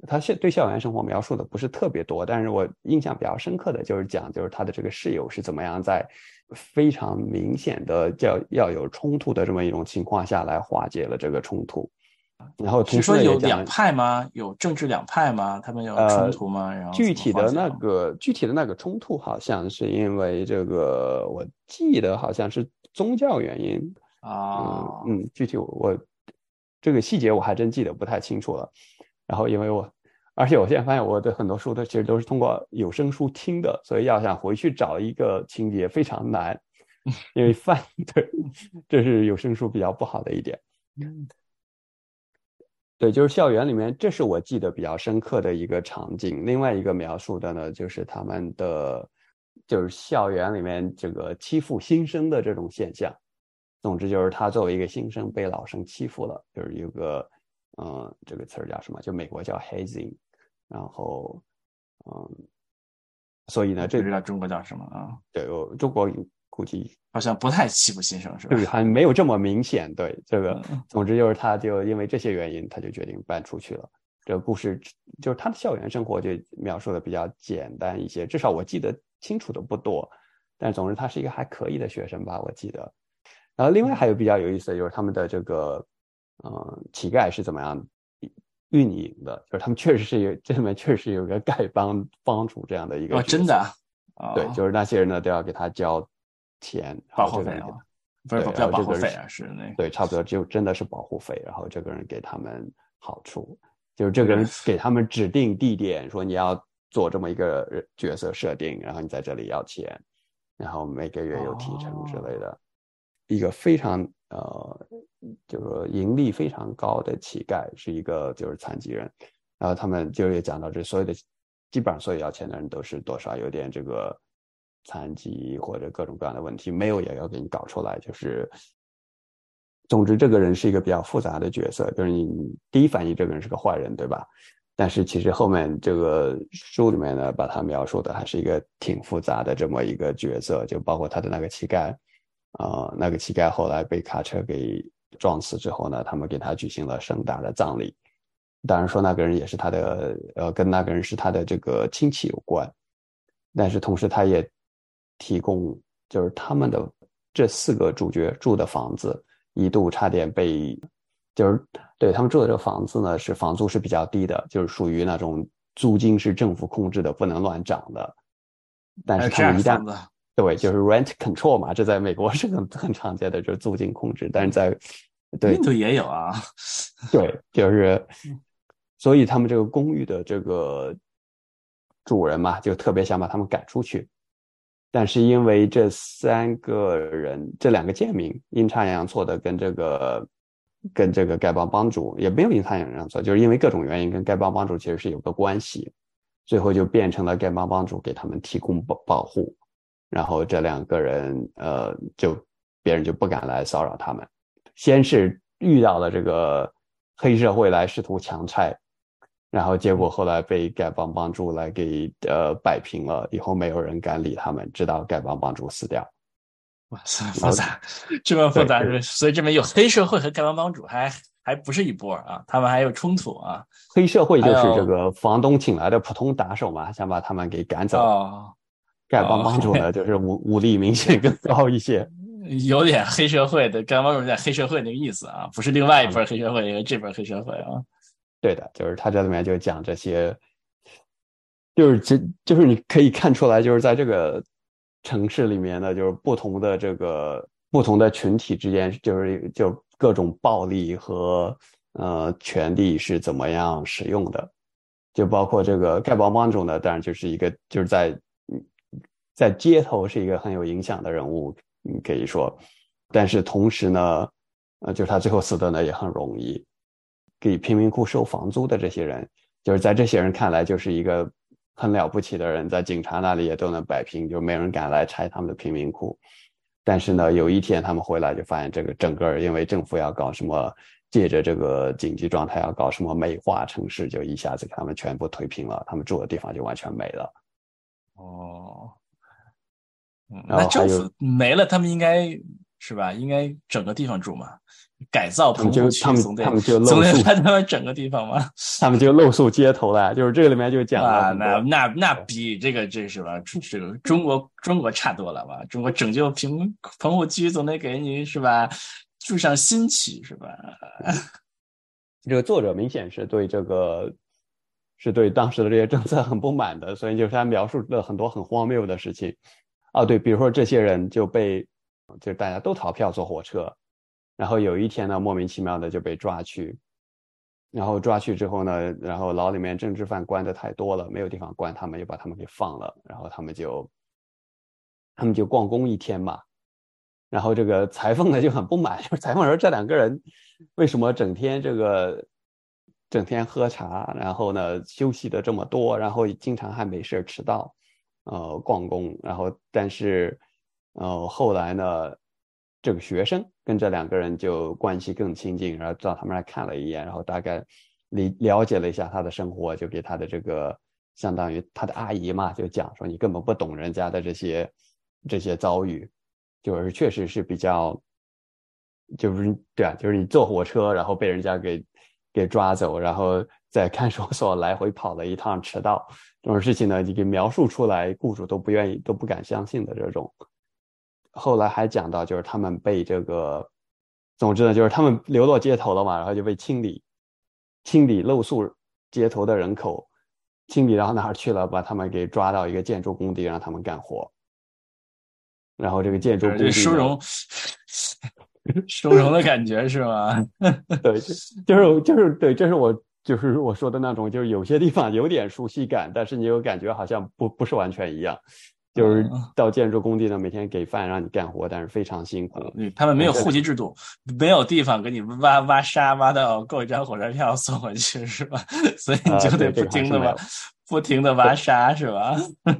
他对校园生活描述的不是特别多，但是我印象比较深刻的就是讲，就是他的这个室友是怎么样在非常明显的要有冲突的这么一种情况下来化解了这个冲突。然后同时是说有两派吗？有政治两派吗？他们有冲突吗？然后具体的那个冲突好像是因为这个，我记得好像是宗教原因啊。 具体我这个细节我还真记得不太清楚了。然后因为而且我现在发现我的很多书其实都是通过有声书听的，所以要想回去找一个情节非常难，因为对，这是有声书比较不好的一点。对，就是校园里面，这是我记得比较深刻的一个场景。另外一个描述的呢，就是他们的就是校园里面这个欺负新生的这种现象。总之就是他作为一个新生被老生欺负了，就是有个这个词儿叫什么？就美国叫 hazing， 然后所以呢， 不知道中国叫什么啊？ 对，中国估计好像不太欺负新生是吧？ 对，还没有这么明显。对，这个总之就是他就因为这些原因，他就决定搬出去了。这个故事就是他的校园生活就描述的比较简单一些，至少我记得清楚的不多。但总之他是一个还可以的学生吧，我记得。然后另外还有比较有意思的就是他们的这个乞丐是怎么样运营的，就是他们确实是这里面确实有个丐帮主这样的一个角色。 真的对，就是那些人呢都要给他交钱， 保护费啊，不是叫保护费啊，是那个对，差不多就真的是保护费。然后这个人给他们好处，就是这个人给他们指定地点，说你要做这么一个角色设定，然后你在这里要钱，然后每个月有提成之类的。一个非常就是说盈利非常高的乞丐，是一个就是残疾人。然后他们就也讲到这所有的基本上所有要钱的人都是多少有点这个残疾或者各种各样的问题，没有也要给你搞出来。就是总之这个人是一个比较复杂的角色，就是你第一反应这个人是个坏人，对吧？但是其实后面这个书里面呢，把他描述的还是一个挺复杂的这么一个角色，就包括他的那个乞丐那个乞丐后来被卡车给撞死之后呢，他们给他举行了盛大的葬礼。当然说那个人也是他的跟那个人是他的这个亲戚有关，但是同时他也提供就是他们的这4个主角住的房子一度差点被就是对他们住的这个房子呢是房租是比较低的，就是属于那种租金是政府控制的不能乱涨的。但是他们一旦对，就是 rent control 嘛，这在美国是很常见的，就是租金控制。但是在对印度也有啊， 对，就是所以他们这个公寓的这个主人嘛，就特别想把他们赶出去。但是因为这2个贱民阴差阳错的跟这个丐帮帮主也没有阴差阳错，就是因为各种原因跟丐帮帮主其实是有个关系，最后就变成了丐帮帮主给他们提供保护。然后这2个人就别人就不敢来骚扰他们。先是遇到了这个黑社会来试图强拆，然后结果后来被丐帮帮主来给摆平了，以后没有人敢理他们，直到丐帮帮主死掉。 哇塞，复杂，这么复杂，所以这边有黑社会和丐帮帮主还不是一波啊，他们还有冲突啊。 黑社会就是这个房东请来的普通打手嘛，想把他们给赶走。丐帮帮主呢，就是武力明显更高一些， 有点黑社会的丐帮帮主在黑社会那个意思啊，不是另外一波黑社会，因为这波黑社会啊。 对的，就是他这里面就讲这些，就是你可以看出来，就是在这个城市里面呢，就是不同的群体之间，就各种暴力和权力是怎么样使用的，就包括这个丐帮帮主呢，当然就是一个就是在街头是一个很有影响的人物，可以说，但是同时呢，就是他最后死的呢也很容易。给贫民窟收房租的这些人，就是在这些人看来就是一个很了不起的人，在警察那里也都能摆平，就没人敢来拆他们的贫民窟。但是呢，有一天他们回来就发现这个整个因为政府要搞什么，借着这个紧急状态要搞什么美化城市，就一下子给他们全部推平了，他们住的地方就完全没了。 那政府没了，他们应该是吧？应该整个地方住嘛，改造棚户区， 他们就露宿他们整个地方嘛， 他们就露宿街头了。就是这个里面就讲了那比这是吧？这个中国差多了吧？中国拯救棚户区总得给你是吧？住上新区是吧？ 这个作者明显是对当时的这些政策很不满的，所以就是他描述了很多很荒谬的事情。对，比如说这些人就大家都逃票坐火车，然后有一天呢莫名其妙的就被抓去，然后抓去之后呢，然后牢里面政治犯关的太多了，没有地方关他们，就把他们给放了，然后他们就逛公一天嘛。然后这个裁缝呢就很不满，就是裁缝说这两个人为什么整天喝茶，然后呢休息的这么多，然后经常还没事迟到逛公，然后但是后来呢这个学生跟这两个人就关系更亲近，然后到他们来看了一眼，然后大概了解了一下他的生活，就给他的这个相当于他的阿姨嘛，就讲说你根本不懂人家的这些遭遇，就是确实是比较就是对啊，就是你坐火车然后被人家给抓走，然后在看守所来回跑了一趟迟到，这种事情呢你给描述出来，雇主都不敢相信的这种。后来还讲到就是他们被总之呢就是他们流落街头了嘛，然后就被清理露宿街头的人口，清理到哪儿去了，把他们给抓到一个建筑工地让他们干活，然后这个建筑工地收容的感觉是吗？ 对，就是对，这是我说的那种，就是有些地方有点熟悉感，但是你又感觉好像不是完全一样。就是到建筑工地呢，每天给饭让你干活，但是非常辛苦。 他们没有户籍制度，没有地方给你挖沙挖到够一张火车票送回去是吧？所以你就得不停的挖沙是吧？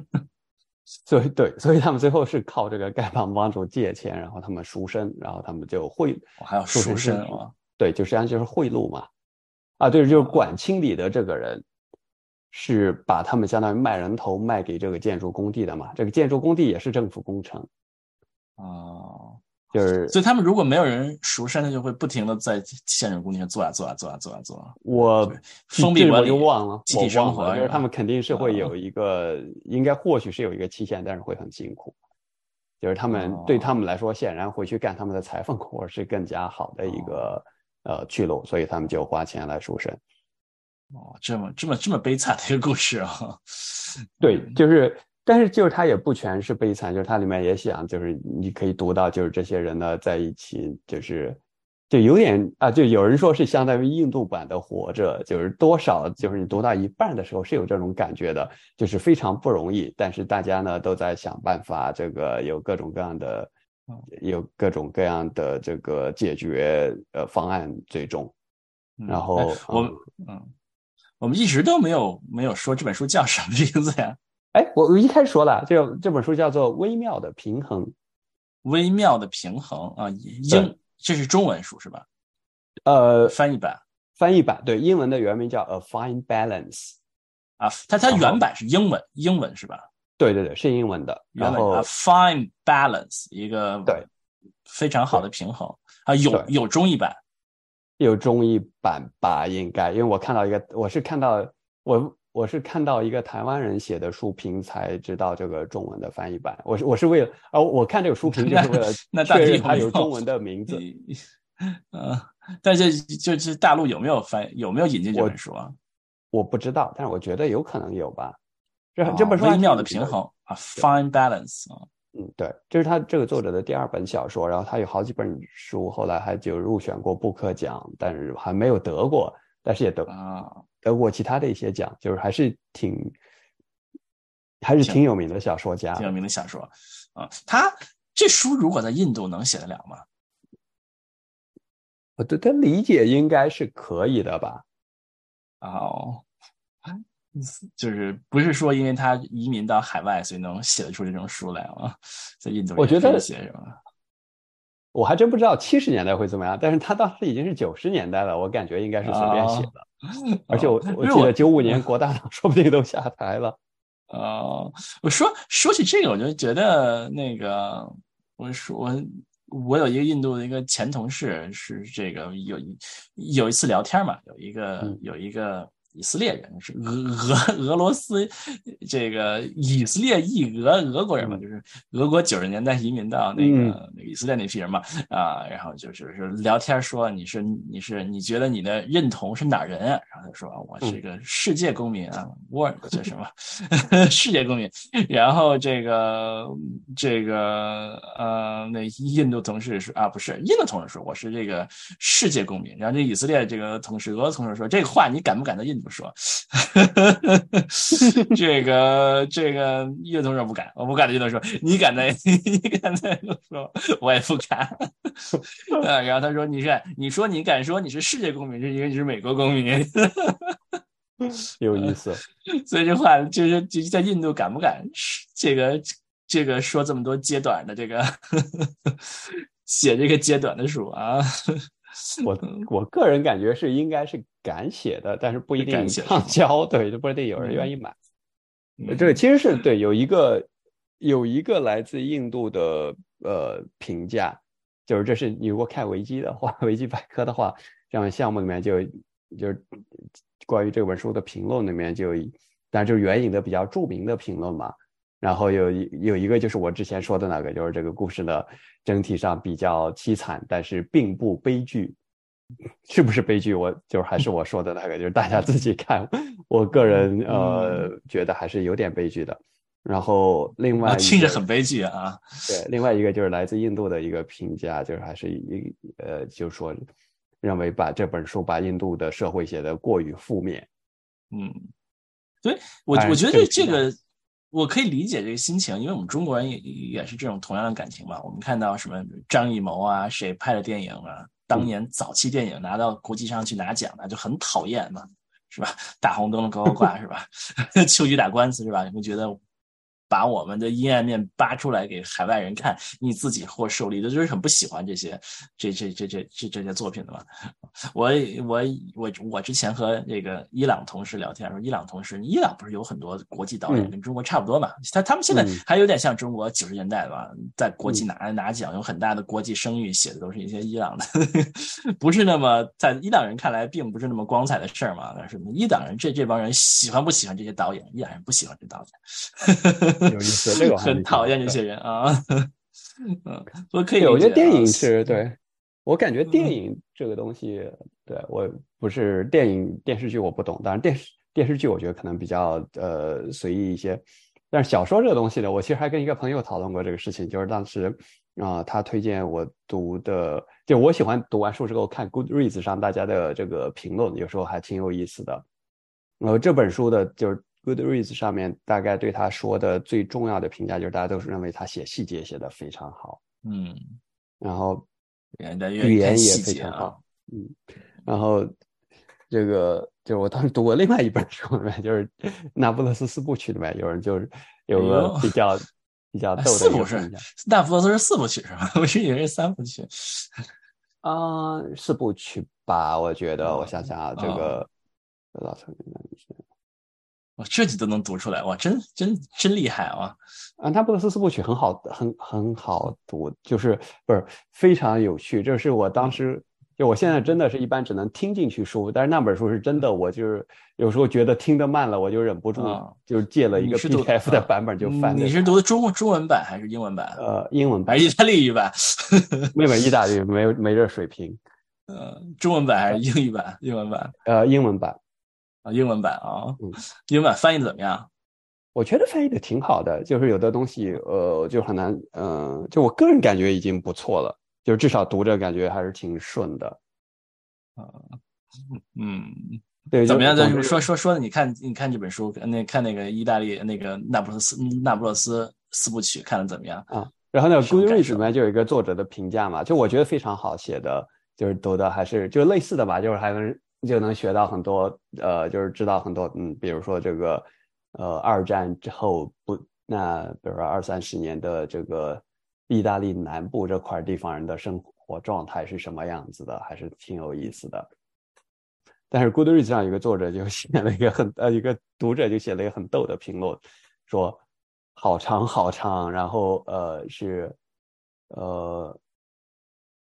所以他们最后是靠这个丐帮帮主借钱，然后他们赎身，然后他们就还要赎身啊？ 对，就实际上就是贿赂嘛。对，就是管清理的这个人是把他们相当于卖人头卖给这个建筑工地的嘛，这个建筑工地也是政府工程。就是所以他们如果没有人赎身，他就会不停的在建筑工地上做。 我封闭管理， 我就忘了， 集体生活， 就是他们肯定是会有一个，应该或许是有一个期限，但是会很辛苦。就是对他们来说，显然回去干他们的裁缝活是更加好的一个去路，所以他们就花钱来赎身。 这么悲惨的一个故事啊！ 对，但是就是它也不全是悲惨，就是它里面也想，就是你可以读到，就是这些人呢在一起，就有点就有人说是相当于印度版的活着，就是多少就是你读到一半的时候是有这种感觉的，就是非常不容易，但是大家呢都在想办法，这个有各种各样的这个解决方案最终，然后我们一直都没有说这本书叫什么名字呀？ 我一开始说了，这本书叫做《微妙的平衡》。 微妙的平衡啊，这是中文书是吧？翻译版对，英文的原名叫 A Fine Balance 它原版是英文是吧？ 对，是英文的。然后 A Fine Balance 一个对非常好的平衡有中译版。 有中译版吧，应该，因为我是看到一个台湾人写的书评才知道这个中文的翻译版。我是为了我看这个书评就是为了确认它有中文的名字。 但是就是大陆有没有引进这本书啊？ 我不知道，但是我觉得有可能有吧。这本书微妙的平衡Fine Balance 对，这是他这个作者的第二本小说，然后他有好几本书，后来还就入选过布克奖，但是还没有得过，但是也得过其他的一些奖，就是还是挺有名的小说家， 挺有名的小说他这书如果在印度能写得了吗？ 我对他理解应该是可以的吧。 就是不是说因为他移民到海外所以能写得出这种书来吗？在印度我觉得写是吧？ 我还真不知道70年代会怎么样，但是他当时已经是90年代了，我感觉应该是随便写的。而且我记得95年国大党说不定都下台了。 我说起这个，我就觉得那个我我有一个印度的一个前同事，是这个有一次聊天嘛，有一个以色列人，是俄罗斯这个以色列裔俄国人嘛，就是俄国90年代移民到那个以色列那批人嘛，然后就是聊天说你觉得你的认同是哪儿人啊？然后他说我是个世界公民啊，world 叫什么世界公民。然后那印度同事说不是印度同事说我是这个世界公民。然后这以色列这个同事俄同事说这个话你敢不敢在印度说？这个印度同事不敢，我不敢在印度说，你敢在印度说，我也不敢。然后他说你说你敢说你是世界公民，是因为你是美国公民。 有意思。 所以这话就是在印度敢不敢这个说这么多揭短的这个写这个揭短的书啊？ 我个人感觉应该是敢写的，但是不一定畅销，对，不一定有人愿意买。这个其实是对，有一个来自印度的评价，就是这是你如果看维基百科的话，这样项目里面就是关于这本书的评论里面但就是援引的比较著名的评论嘛。然后有一个就是我之前说的那个，就是这个故事呢整体上比较凄惨，但是并不悲剧。是不是悲剧？还是我说的那个，就是大家自己看。我个人觉得还是有点悲剧的。然后另外听着很悲剧啊。 对，另外一个就是来自印度的一个评价，就是还是就是说认为把这本书把印度的社会写得过于负面。 对，我觉得这个我可以理解这个心情，因为我们中国人也是这种同样的感情嘛。我们看到什么张艺谋啊，谁拍的电影啊，当年早期电影拿到国际上去拿奖的就很讨厌嘛，是吧？大红灯笼高高挂是吧？秋菊打官司是吧？你们觉得把我们的阴暗面扒出来给海外人看，你自己或受力的，就是很不喜欢这些作品的嘛。我之前和这个伊朗同事聊天说，伊朗不是有很多国际导演跟中国差不多嘛？他们现在还有点像中国90年代吧，在国际拿奖，有很大的国际声誉，写的都是一些伊朗的，不是那么在伊朗人看来并不是那么光彩的事儿嘛。但是伊朗人这帮人喜欢不喜欢这些导演？伊朗人不喜欢这导演。 有意思，这个很讨厌这些人啊。我可以理解。 我觉得电影是对。我感觉电影这个东西，对，我不是电视剧我不懂，当然电视剧我觉得可能比较随意一些，但是小说这个东西呢，我其实还跟一个朋友讨论过这个事情，就是当时他推荐我读的，就我喜欢读完书之后看 Goodreads 上大家的这个评论，有时候还挺有意思的。这本书的就是 Goodreads 上面大概对他说的最重要的评价就是大家都是认为他写细节写得非常好，然后语言也非常好，然后这个就是我当时读过另外一本书里面，就是那不勒斯4部曲里面有人就是有个比较逗的 4部是那不勒斯是4部曲是吧？我是以为是3部曲。 4部曲吧，我觉得我想想啊，这个老成这你都能读出来，哇，真厉害啊！ 那不勒斯4部曲很好读，就是不是非常有趣。这是我当时我现在真的是一般只能听进去书，但是那本书是真的，我就是有时候觉得听得慢了，我就忍不住就是借了一个 PDF 的版本就翻。 你是读的中文版还是英文版？ 英文版， 还是意大利语版？ 没意大利语，没这水平。 中文版还是英语版？英文版？ 英文版。 英文版英文版翻译的怎么样？ 我觉得翻译的挺好的，就是有的东西就很难，就我个人感觉已经不错了，就至少读着感觉还是挺顺的。对， 怎么样？就是说，你看这本书，看那个意大利那个那不勒斯4部曲，看的怎么样啊？然后那个 Goodreads 里面就有一个作者的评价嘛，就我觉得非常好写的，就是读的还是就类似的吧，就是还能学到很多，就是知道很多，比如说这个，二战之后比如说20-30年的这个意大利南部这块地方人的生活状态是什么样子的，还是挺有意思的。但是 Goodreads 上有个作者就写了一个读者就写了一个很逗的评论，说好长，然后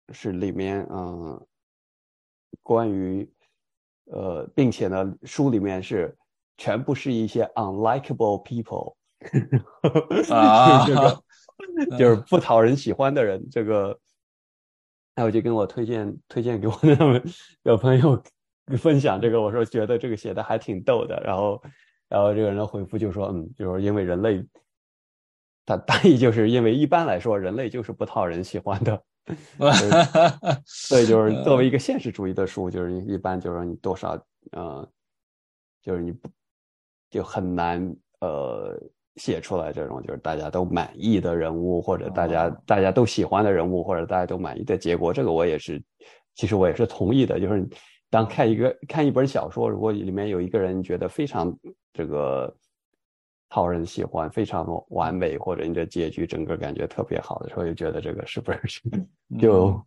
是里面关于并且呢书里面是全部是一些 unlikable people 就是这个就是不讨人喜欢的人。这个那我就跟我推荐给我的他们有朋友分享这个，我说觉得这个写的还挺逗的，然后这个人的回复就说就是因为人类他大意就是因为一般来说人类就是不讨人喜欢的所以就是作为一个现实主义的书，就是一般就是你多少就是你不就很难写出来这种就是大家都满意的人物，或者大家都喜欢的人物，或者大家都满意的结果。这个我也是，其实我也是同意的。就是当看一本小说，如果里面有一个人觉得非常这个讨人喜欢，非常完美，或者你的结局整个感觉特别好的时候，就觉得这个是不是就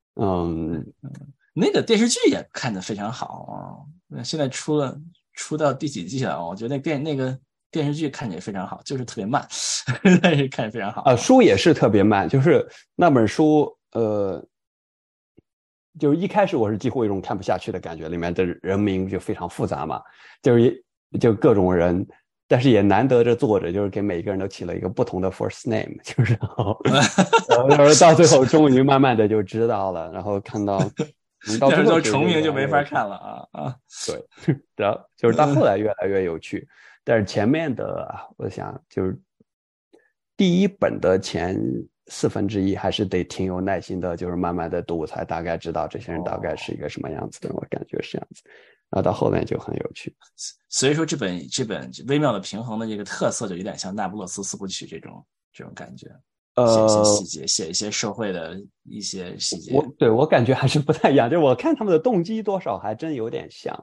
那个电视剧也看得非常好啊。现在出到第几季了？我觉得那个电视剧看着也非常好，就是特别慢，但是看着非常好。 书也是特别慢，就是那本书就是一开始我是几乎有一种看不下去的感觉，里面的人名就非常复杂嘛，就各种人，但是也难得这作者就是给每一个人都起了一个不同的 first name， 就是然后到最后终于慢慢的就知道了，然后看到到最后重名就没法看了啊。 对，然后就是到后来越来越有趣，但是前面的我想就是第一本的前1/4还是得挺有耐心的，就是慢慢的读才大概知道这些人大概是一个什么样子的，我感觉是这样子。然后到后面就很有趣。 所以说这本微妙的平衡的这个特色就有点像那不勒斯4部曲这种感觉。写一些细节，写一些社会的一些细节。 我感觉还是不太一样，就是我看他们的动机多少还真有点像。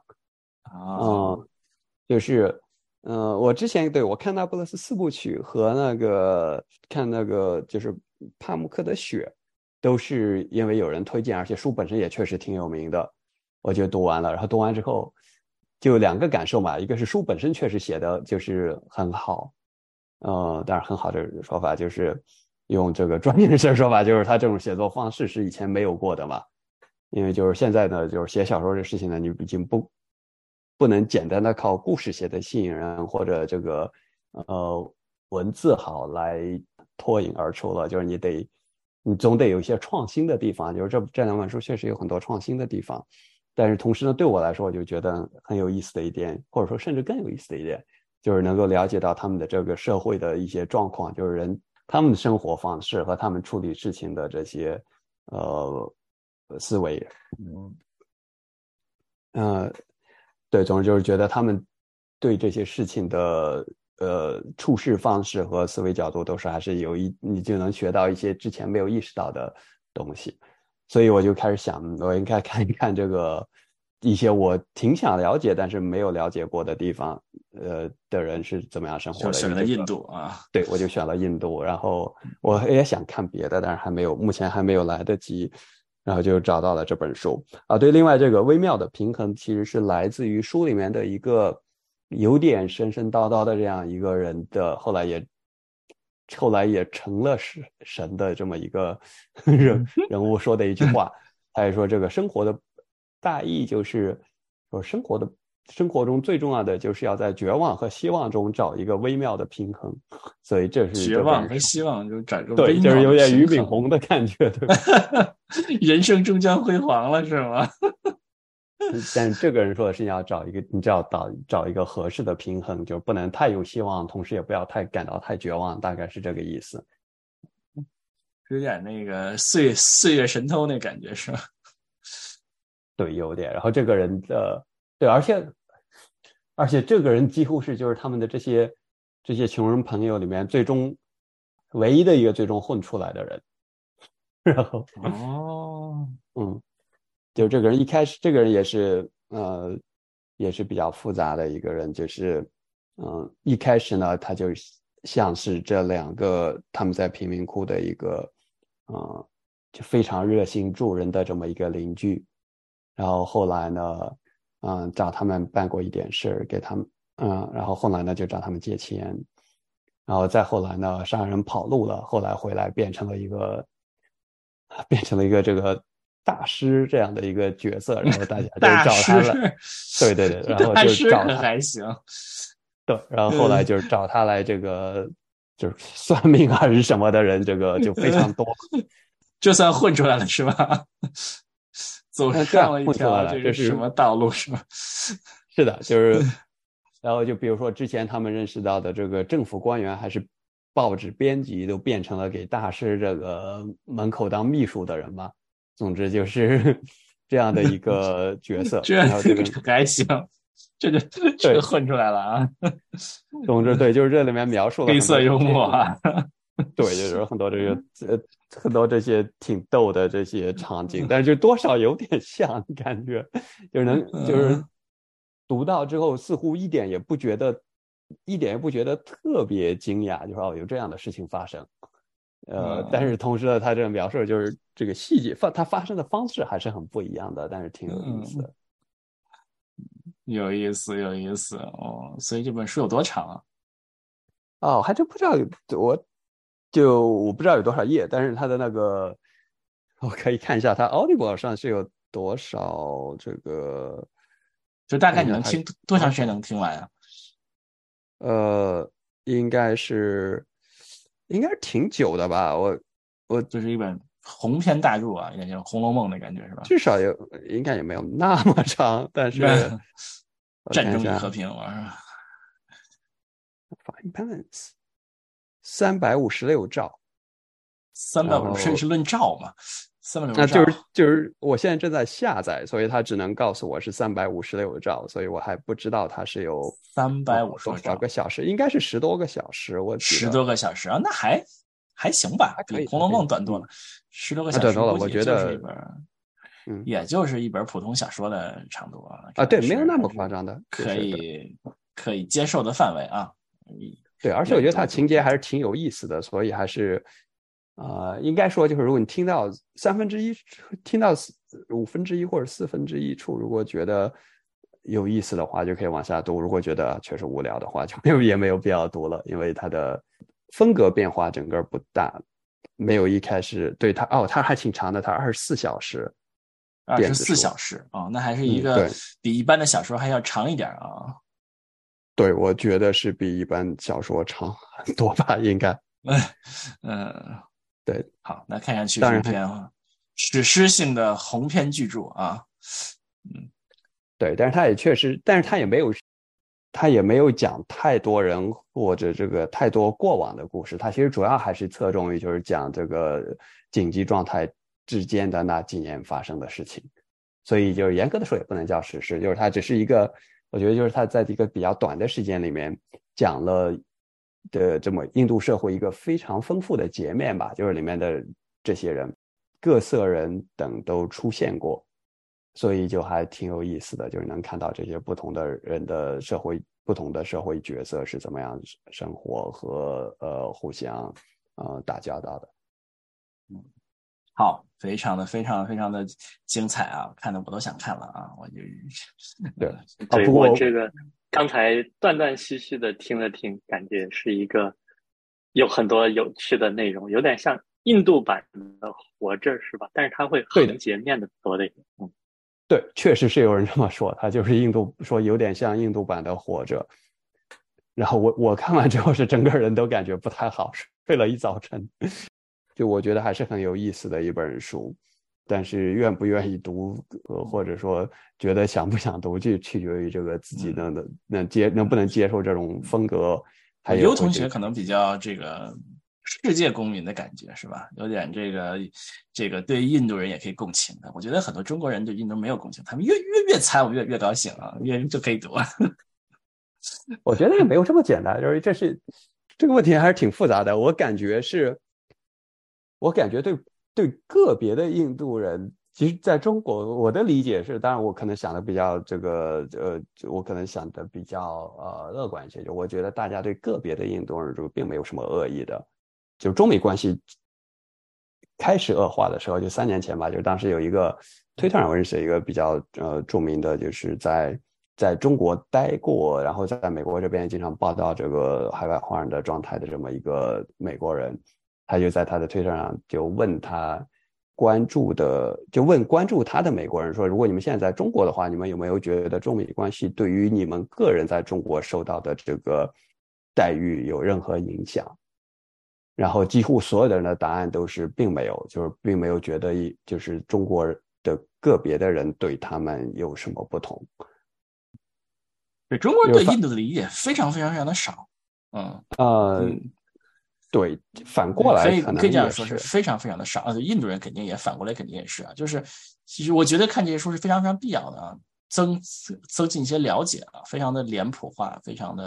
就是我之前我看那不勒斯4部曲和看那个就是帕慕克的雪，都是因为有人推荐，而且书本身也确实挺有名的，我就读完了。然后读完之后就两个感受嘛，一个是书本身确实写的就是很好，当然很好的说法就是用这个专业人士的说法，就是他这种写作方式是以前没有过的嘛。因为就是现在呢，就是写小说这事情呢，你已经不能简单的靠故事写的吸引人或者这个文字好来脱颖而出了，就是你总得有一些创新的地方，就是这两本书确实有很多创新的地方，但是同时呢，对我来说我就觉得很有意思的一点，或者说甚至更有意思的一点，就是能够了解到他们的这个社会的一些状况，就是他们的生活方式和他们处理事情的这些思维。对，总之就是觉得他们对这些事情的处事方式和思维角度都是还是你就能学到一些之前没有意识到的东西。所以我就开始想，我应该看一看这个一些我挺想了解但是没有了解过的地方的人是怎么样生活的。 就选了印度啊。 对，我就选了印度，然后我也想看别的，但是目前还没有来得及，然后就找到了这本书对，另外这个微妙的平衡其实是来自于书里面的一个有点神神叨叨的这样一个人的，后来也成了神的这么一个人物说的一句话。他也说这个生活的大意就是说生活中最重要的就是要在绝望和希望中找一个微妙的平衡，所以这是绝望和希望就找一个对，就是有点俞敏洪的感觉，对吧？ 人生终将辉煌了，是吗？ 但这个人说的是你要找一个合适的平衡，就不能太有希望，同时也不要感到太绝望，大概是这个意思。 有点那个岁月神偷那感觉是吧？ 对，有点。然后这个人的对，而且这个人几乎是就是他们的这些穷人朋友里面唯一的一个最终混出来的人。然后就这个人一开始，这个人也是比较复杂的一个人，就是一开始呢，他就像是这两个他们在贫民窟的一个就非常热心助人的这么一个邻居，然后后来呢找他们办过一点事给他们然后后来呢就找他们借钱，然后再后来呢杀人跑路了，后来回来变成了一个变成了一个这个大师这样的一个角色，然后大家就大找他了。对对对，然后就找他还行。 对，然后后来就是找他来这个就是算命还是什么的人，这个就非常多。 就算混出来了是吧？走上了一条这个什么道路是吧？ 是的，就是然后就比如说之前他们认识到的这个政府官员还是报纸编辑，都变成了给大师这个门口当秘书的人嘛。总之就是这样的一个角色。然后这个还行，这个混出来了啊。 总之对，就是这里面描述了黑色幽默啊。 对，就是很多这个很多这些挺逗的这些场景，但是就多少有点像，感觉就是读到之后似乎一点也不觉得特别惊讶，就是有这样的事情发生。但是同时呢，他这个描述就是这个细节它发生的方式还是很不一样的，但是挺有意思的。 有意思哦。所以这本书有多长啊？ 我还真不知道，我不知道有多少页，但是它的那个我可以看一下，它 Audible 上是有多少这个， 就大概你能听多长时间能听完啊？ 应该是挺久的吧。我就是一本鸿篇大著啊，有点像《红楼梦》的感觉是吧？ 至少应该也没有那么长，但是战争与和平了是吧 ？Fine Balance 356兆 ，350是论兆嘛？356 那就是我现在正在下载，所以它只能告诉我是356兆，所以我还不知道它是有 350 多少个小时，应该是10多个小时。我 10多个小时啊，那还行吧，比《红楼梦》短多了。10多个小时， 短多了，我觉得也就是一本普通小说的长度啊。 对，没有那么夸张的， 可以接受的范围啊。 对，而且我觉得它情节还是挺有意思的，所以还是应该说就是如果你听到1/3，听到1/5或者1/4处，如果觉得有意思的话，就可以往下读；如果觉得确实无聊的话，就也没有必要读了，因为它的风格变化整个不大，没有一开始对它它还挺长的，它24小时 ，24小时啊，那还是一个比一般的小说还要长一点啊。 对，我觉得是比一般小说长很多吧，应该。对， 好，那看上去是一篇史诗性的鸿篇巨著啊。 对，但是他也确实，但是他也没有讲太多人或者这个太多过往的故事，他其实主要还是侧重于就是讲这个紧急状态之间的那几年发生的事情，所以就是严格的说也不能叫史诗，就是它只是一个，我觉得就是他在一个比较短的时间里面讲了的这么印度社会一个非常丰富的截面吧，就是里面的这些人各色人等都出现过。所以就还挺有意思的，就是能看到这些不同的人的不同的社会角色是怎么样生活和互相打交道的。 好，非常的精彩啊，看得我都想看了啊，我就对我这个刚才断断续续的听了听，感觉是一个有很多有趣的内容，有点像印度版的活着是吧？但是它会横截面的多的一点。 对，确实是有人这么说，他就是说有点像印度版的活着。然后我看完之后是整个人都感觉不太好，睡了一早晨。就我觉得还是很有意思的一本书，但是愿不愿意读或者说觉得想不想读，就取决于这个自己能不能接受这种风格。还有同学可能比较这个世界公民的感觉是吧？有点这个对印度人也可以共情的。我觉得很多中国人对印度没有共情，他们越惨我越高兴啊，就可以读。 我觉得也没有这么简单，就是这个问题还是挺复杂的。我感觉对个别的印度人，其实在中国我的理解是，当然我可能想的比较我可能想的比较乐观一些，就我觉得大家对个别的印度人并没有什么恶意的。就中美关系开始恶化的时候，就3年前吧，就当时有一个推特上我认识一个比较著名的，就是在中国待过，然后在美国这边经常报道这个海外华人的状态的这么一个美国人，他就在他的推特上就问他关注的，就问关注他的美国人说，如果你们现在在中国的话，你们有没有觉得中美关系对于你们个人在中国受到的这个待遇有任何影响？然后几乎所有的人的答案都是并没有，就是并没有觉得就是中国的个别的人对他们有什么不同。 对，中国人对印度的理解非常非常非常的少。 对，反过来可以这样说，是非常非常的少。印度人肯定也反过来肯定也是啊。就是其实我觉得看这些书是非常非常必要的啊，增进一些了解啊，非常的脸谱化，非常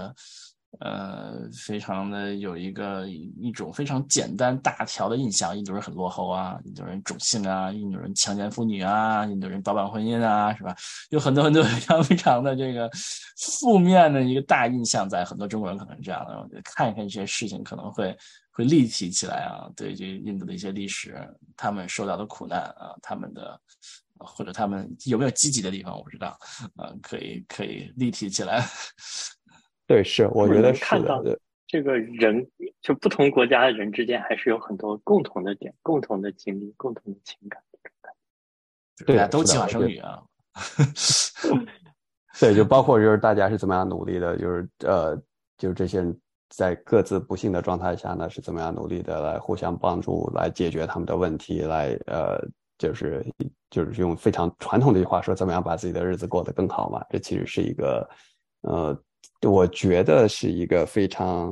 的有一种非常简单大条的印象，印度人很落后啊，印度人种姓啊，印度人强奸妇女啊，印度人包办婚姻啊，是吧？有很多很多非常非常的这个负面的一个大印象，在很多中国人可能是这样的。我觉得看一看这些事情可能会立体起来啊，对这印度的一些历史，他们受到的苦难啊，他们的或者他们有没有积极的地方，我不知道可以立体起来。 对，是，我觉得是看到这个人，就不同国家的人之间还是有很多共同的点、共同的经历、共同的情感。 对，大家都计划生育啊。 对，就包括就是大家是怎么样努力的，就是这些人在各自不幸的状态下呢，是怎么样努力的来互相帮助，来解决他们的问题，来就是用非常传统的一句话说，怎么样把自己的日子过得更好嘛？这其实是一个我觉得是一个非常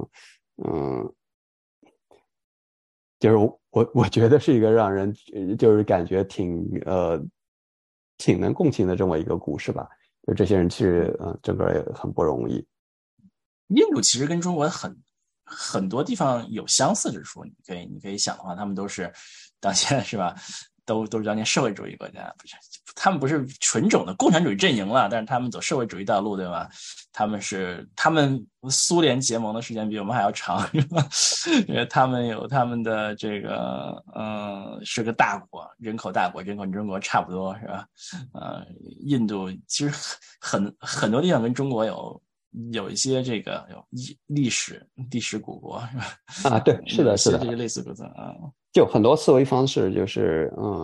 就是我觉得是一个让人就是感觉挺能共情的这么一个故事吧。就这些人其实整个也很不容易。 印度其实跟中国很多地方有相似之处，你可以想的话，他们都是当前是吧？都是当年社会主义国家，不是他们不是纯种的共产主义阵营了，但是他们走社会主义道路，对吧？他们苏联结盟的时间比我们还要长，是吧？因为他们有他们的这个是个大国，人口大国，人口跟中国差不多，是吧？印度其实很多地方跟中国有一些这个有历史古国，是吧？ 对，是的，是的， 这些类似国家啊。 就很多思维方式就是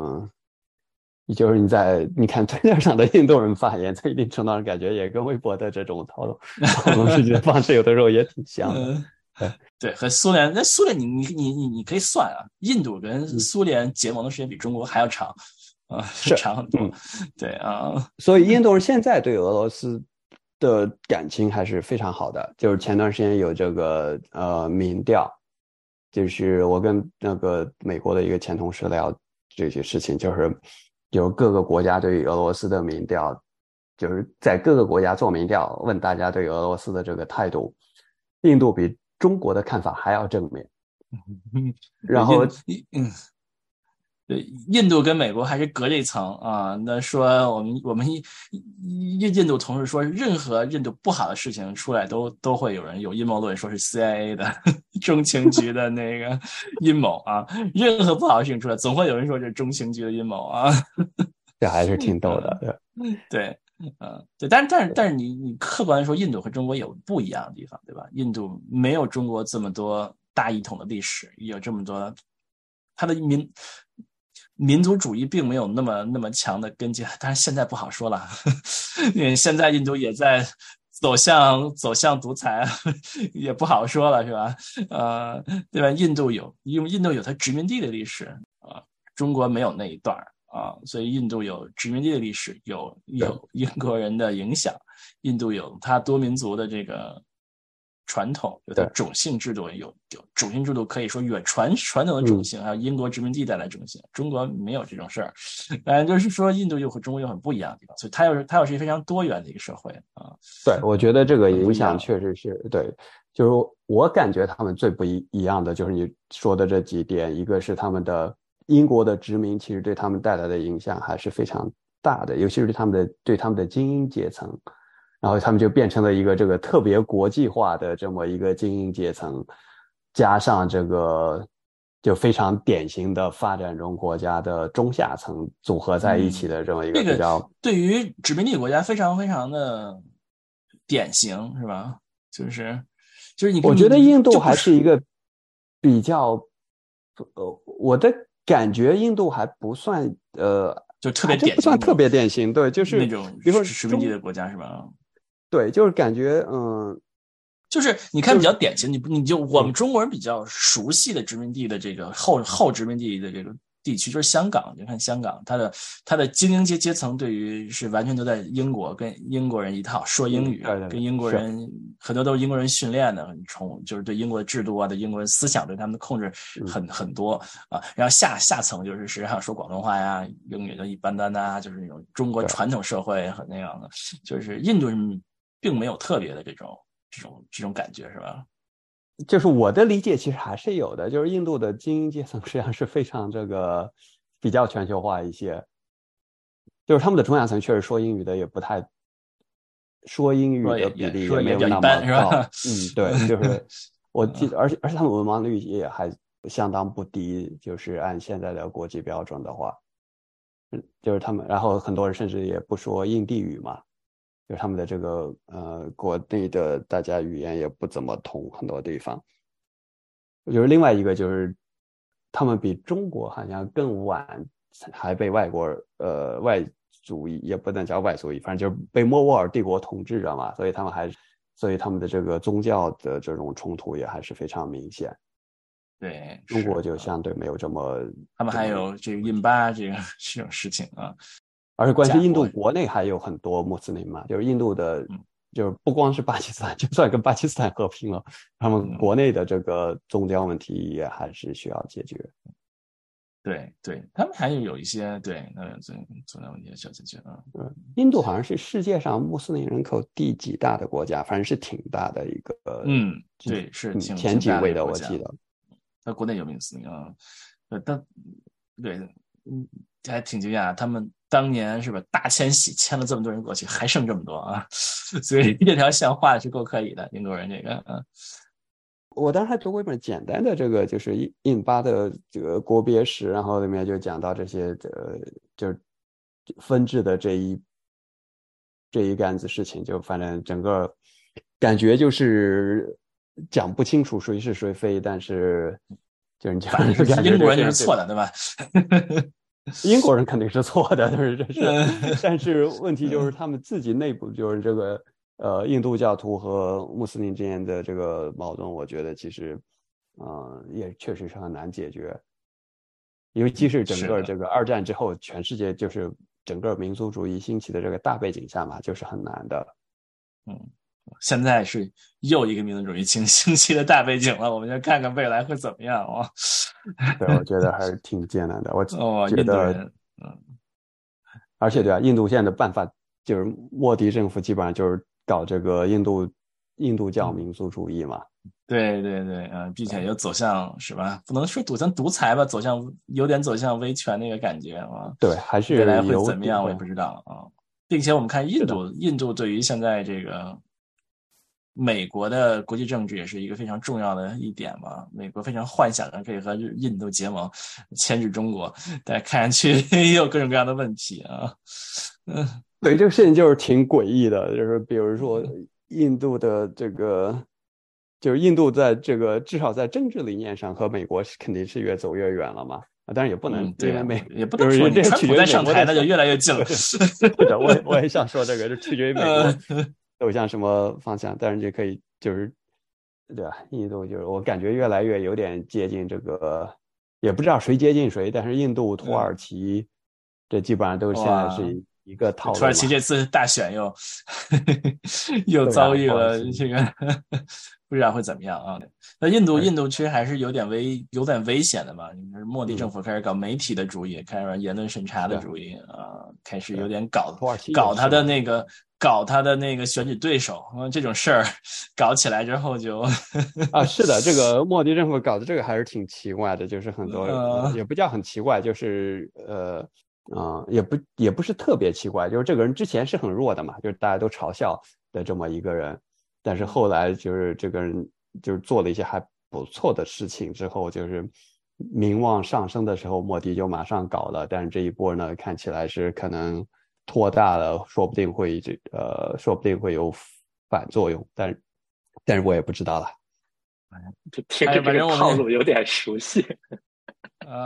你看推特上的印度人发言，在一定程度上感觉也跟微博的这种讨论世界的方式有的时候也挺像的。 对，和苏联，那苏联你可以算啊，印度跟苏联结盟的时间比中国还要长是长很多。对啊， 所以印度人现在对俄罗斯的感情还是非常好的。就是前段时间有这个民调，就是我跟那个美国的一个前同事聊这些事情，就是有各个国家对于俄罗斯的民调，就是在各个国家做民调，问大家对俄罗斯的这个态度，印度比中国的看法还要正面。然后对，印度跟美国还是隔这一层啊。那说我们印度同事说，任何印度不好的事情出来都会有人有阴谋论，说是 CIA 的中情局的那个阴谋啊。任何不好的事情出来，总会有人说这是中情局的阴谋啊。 这还是挺逗的。 对，对，但是你客观说，印度和中国有不一样的地方，对吧？印度没有中国这么多大一统的历史，有这么多它的民族主义并没有那么强的根基，但是现在不好说了，因为现在印度也在走向独裁，也不好说了，是吧？对吧？印度有它殖民地的历史啊，中国没有那一段啊，所以印度有殖民地的历史，有英国人的影响，印度有它多民族的这个传统，有它种姓制度，有种姓制度，可以说远传统的种姓，还有英国殖民地带来种姓，中国没有这种事儿。就是说印度又和中国有很不一样的地方，所以它又是一个非常多元的一个社会啊。 对，我觉得这个影响确实是对，就是我感觉他们最不一样的就是你说的这几点，一个是他们的英国的殖民其实对他们带来的影响还是非常大的，尤其是对他们的精英阶层。然后他们就变成了一个这个特别国际化的这么一个精英阶层，加上这个就非常典型的发展中国家的中下层组合在一起的这么一个比较， 对于殖民地国家非常非常的典型，是吧？就是我觉得印度还是一个比较我的感觉印度还不算就特别典型， 不算特别典型，对，就是那种比如说殖民地的国家是吧？ 对，就是感觉就是你看比较典型，你就我们中国人比较熟悉的殖民地的这个后殖民地的这个地区就是香港。你看香港，它的精英阶层对于是完全都在英国，跟英国人一套说英语，跟英国人很多都是英国人训练的，就是对英国的制度啊，对英国人思想对他们的控制很多啊。然后下层就是实际上说广东话呀，英语的一般般啊，就是那种中国传统社会很那样的。就是印度人并没有特别的这种感觉，是吧？ 就是我的理解其实还是有的，就是印度的精英阶层实际上是非常这个比较全球化一些，就是他们的中下层确实说英语的也不太，说英语的比例也没有那么高，对，就是我记得，而且他们文盲率也还相当不低，就是按现在的国际标准的话，就是他们，然后很多人甚至也不说印地语嘛。就是他们的这个国内的大家语言也不怎么通，很多地方。我觉得另外一个就是他们比中国好像更晚还被外族裔，也不能叫外族裔，反正就是被莫卧儿帝国统治着嘛，所以他们的这个宗教的这种冲突也还是非常明显。 对， 中国就相对没有这么， 他们还有这个印巴这种事情啊。 而且关系印度国内还有很多穆斯林嘛，就是印度的，就是不光是巴基斯坦，就算跟巴基斯坦和平了，他们国内的这个宗教问题也还是需要解决。 对，他们还有一些宗教问题需要解决啊。 印度好像是世界上穆斯林人口第几大的国家，反正是挺大的一个。 对，是前几位的，我记得。 他国内有穆斯林啊，但对，还挺惊讶，他们当年是吧大迁徙迁了这么多人过去，还剩这么多啊，所以这条线画的是够可以的，印度人这个我当时还读过一本简单的这个就是印巴的这个国别史，然后里面就讲到这些就是分治的这一竿子事情，就反正整个感觉就是讲不清楚谁是谁非，但是就是反正英国人就是错的，对吧？ 英国人肯定是错的，但是问题就是他们自己内部就是这个印度教徒和穆斯林之间的这个矛盾，我觉得其实也确实是很难解决，尤其是整个这个二战之后，全世界就是整个民族主义兴起的这个大背景下嘛，就是很难的。 现在是又一个民族主义兴起的大背景了，我们就看看未来会怎么样啊？ 对，我觉得还是挺艰难的。我觉得， 而且对啊，印度现在的办法就是莫迪政府基本上就是搞这个印度教民族主义嘛。 对，并且又走向是吧？不能说走向独裁吧，有点走向威权那个感觉啊。 对，还是未来会怎么样，我也不知道啊。并且我们看印度对于现在这个美国的国际政治也是一个非常重要的一点吧。美国非常幻想着可以和印度结盟，牵制中国，但看上去也有各种各样的问题啊。 对，这个事情就是挺诡异的，就是比如说印度的这个，就是印度在这个至少在政治理念上和美国肯定是越走越远了嘛。当然也不能，因为也不能说你川普再上台那就越来越近了。 是的，我也想说这个，就取决于美国走向什么方向。但是就可以就是对吧？印度就是我感觉越来越有点接近这个，也不知道谁接近谁，但是印度、土耳其这基本上都现在是一个套路。 土耳其这次大选又遭遇了这个。不知道会怎么样啊？那印度其实还是有点危险的嘛。就是莫迪政府开始搞媒体的主义，开始言论审查的主义啊，开始有点搞他的那个选举对手，这种事儿搞起来之后就是的，这个莫迪政府搞的这个还是挺奇怪的，就是很多也不叫很奇怪，就是也不是特别奇怪，就是这个人之前是很弱的嘛，就是大家都嘲笑的这么一个人。但是后来就是这个人就是做了一些还不错的事情之后，就是名望上升的时候，莫迪就马上搞了。但是这一波呢，看起来是可能拖大了，说不定会有反作用。但是我也不知道了。 就听着这个套路有点熟悉。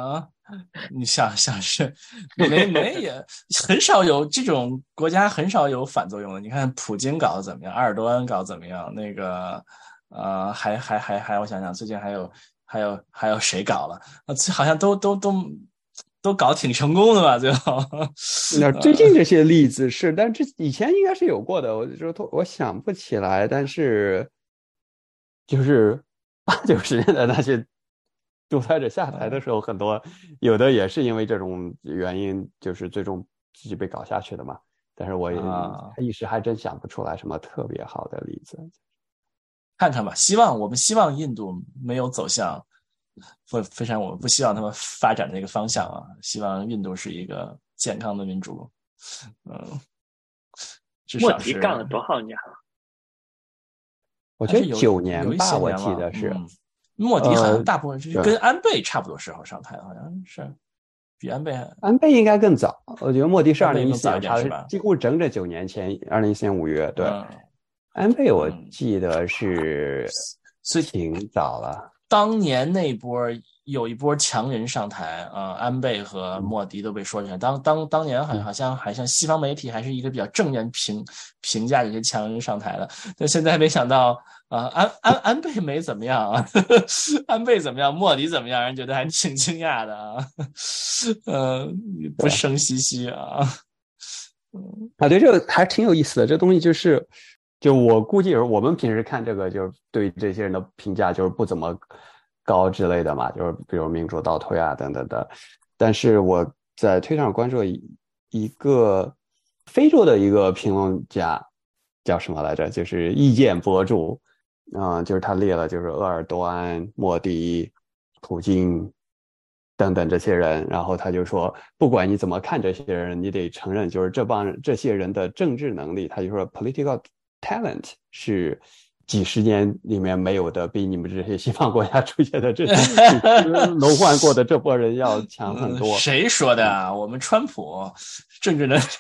你想是没也很少有这种国家很少有反作用的。你看普京搞得怎么样，埃尔多安搞得怎么样，那个还我想想，最近还有谁搞了？好像都搞挺成功的吧？最后， 那最近这些例子是，但这以前应该是有过的，我想不起来，但是就是80、90年代那些独裁者下台的时候，很多有的也是因为这种原因，就是最终自己被搞下去的嘛。但是我也一时还真想不出来什么特别好的例子。 看看吧，我们希望印度没有走向非常，我们不希望他们发展的那个方向啊。希望印度是一个健康的民主。至少是莫迪干了多少年了？ 我觉得9年吧，我记得是。 莫迪好像大部分是跟安倍差不多时候上台，好像是比安倍应该更早。我觉得莫迪是2014年， 是吧？ 几乎整9年前，2014年5月。对，安倍我记得是挺早了。 当年那波有一波强人上台啊，安倍和莫迪都被说起来。当年好像西方媒体还是一个比较正面评价这些强人上台的，但现在没想到安倍没怎么样啊，安倍怎么样，莫迪怎么样，人觉得还挺惊讶的啊，不生唏嘘啊。 对，这个还挺有意思的，这东西就我估计我们平时看这个，就是对这些人的评价就是不怎么高之类的嘛，就是比如民主倒退啊等等的。但是我在推特上关注一个非洲的一个评论家，叫什么来着？就是意见博主，就是他列了就是鄂尔多安、莫迪、普京等等这些人，然后他就说，不管你怎么看这些人，你得承认就是这些人的政治能力，他就说 political talent 是几十年里面没有的，比你们这些西方国家出现的这轮换过的这波人要强很多。 谁说的啊？我们川普政治能力。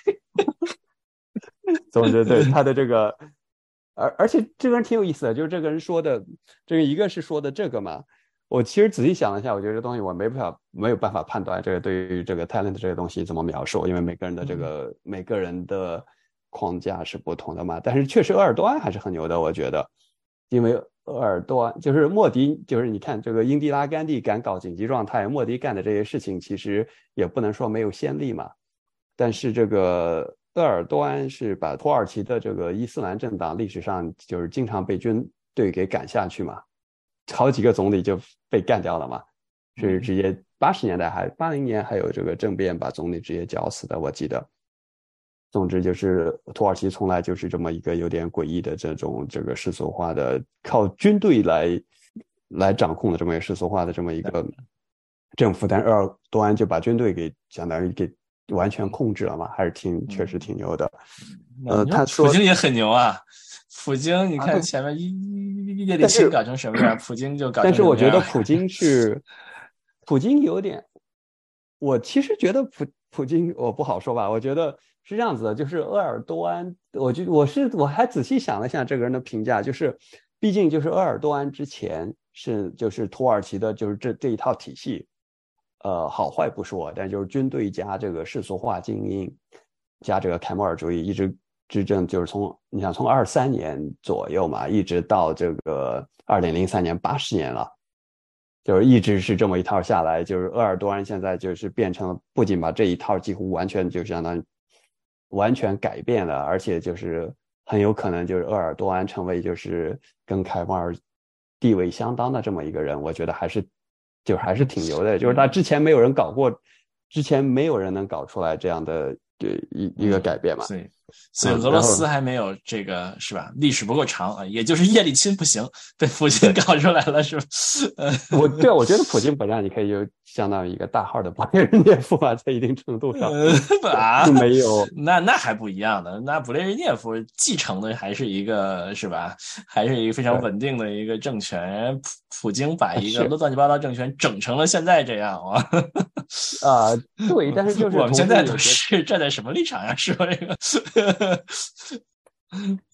总之，对他的这个，而且这个人挺有意思的，就是这个人说的，这个一个是说的这个嘛。我其实仔细想了一下，我觉得这东西我没有办法判断这个对于这个 talent 这个东西怎么描述，因为每个人的框架是不同的嘛。但是确实鄂尔多安还是很牛的，我觉得，因为鄂尔多安就是莫迪，就是你看这个英迪拉甘地敢搞紧急状态，莫迪干的这些事情其实也不能说没有先例嘛。但是这个鄂尔多安是把土耳其的这个伊斯兰政党历史上就是经常被军队给赶下去嘛，好几个总理就被干掉了嘛，是直接80年代80年还有这个政变把总理直接绞死的，我记得。总之就是土耳其从来就是这么一个有点诡异的这个世俗化的靠军队来掌控的这么一个世俗化的这么一个政府，但是鄂尔多安就把军队给相当于给完全控制了嘛，还是确实挺牛的。他说普京也很牛啊，普京你看前面叶利钦搞成什么样，普京就搞成什么样。 但是我觉得普京有点，我其实觉得普京我不好说吧，我觉得是这样子的，就是鄂尔多安，我还仔细想了一下这个人的评价，就是毕竟就是鄂尔多安之前就是土耳其的就是这一套体系，好坏不说，但就是军队加这个世俗化精英加这个凯末尔主义一直执政，就是从23年左右嘛，一直到这个2003年80年了，就是一直是这么一套下来，就是鄂尔多安现在就是变成了不仅把这一套几乎完全就相当于完全改变了，而且就是很有可能就是鄂尔多安成为就是跟凯末尔地位相当的这么一个人，我觉得还是挺牛的，就是他之前没有人能搞出来这样的一个改变嘛。 所以俄罗斯还没有这个是吧？历史不够长啊，也就是叶利钦不行，被普京搞出来了是吧？ 我觉得普京本来你可以就相当于一个大号的勃列日涅夫啊，在一定程度上没有那还不一样的，那勃列日涅夫继承的还是一个是吧？还是一个非常稳定的一个政权，普京把一个乱七八糟政权整成了现在这样啊。 对，但是就是我们现在都是站在什么立场呀？说这个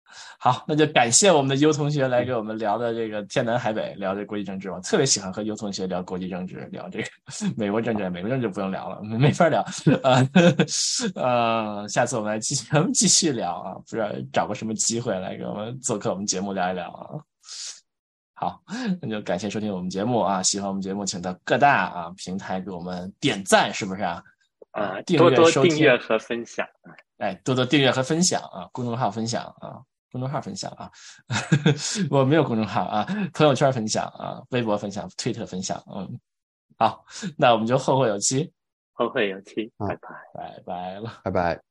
好，那就感谢我们的优同学来给我们聊的这个天南海北，聊这国际政治。我特别喜欢和优同学聊国际政治，聊这个美国政治。美国政治不用聊了，没法聊。下次我们来继续聊啊，不知道找个什么机会来给我们做客我们节目聊一聊啊。好，那就感谢收听我们节目啊！喜欢我们节目，请到各大平台给我们点赞，是不是啊？ 多多订阅和分享。 哎，多多订阅和分享啊！公众号分享啊！公众号分享啊，我没有公众号啊，朋友圈分享啊，微博分享，推特分享，好，那我们就后会有期， 后会有期，拜拜， 拜拜了， 拜拜。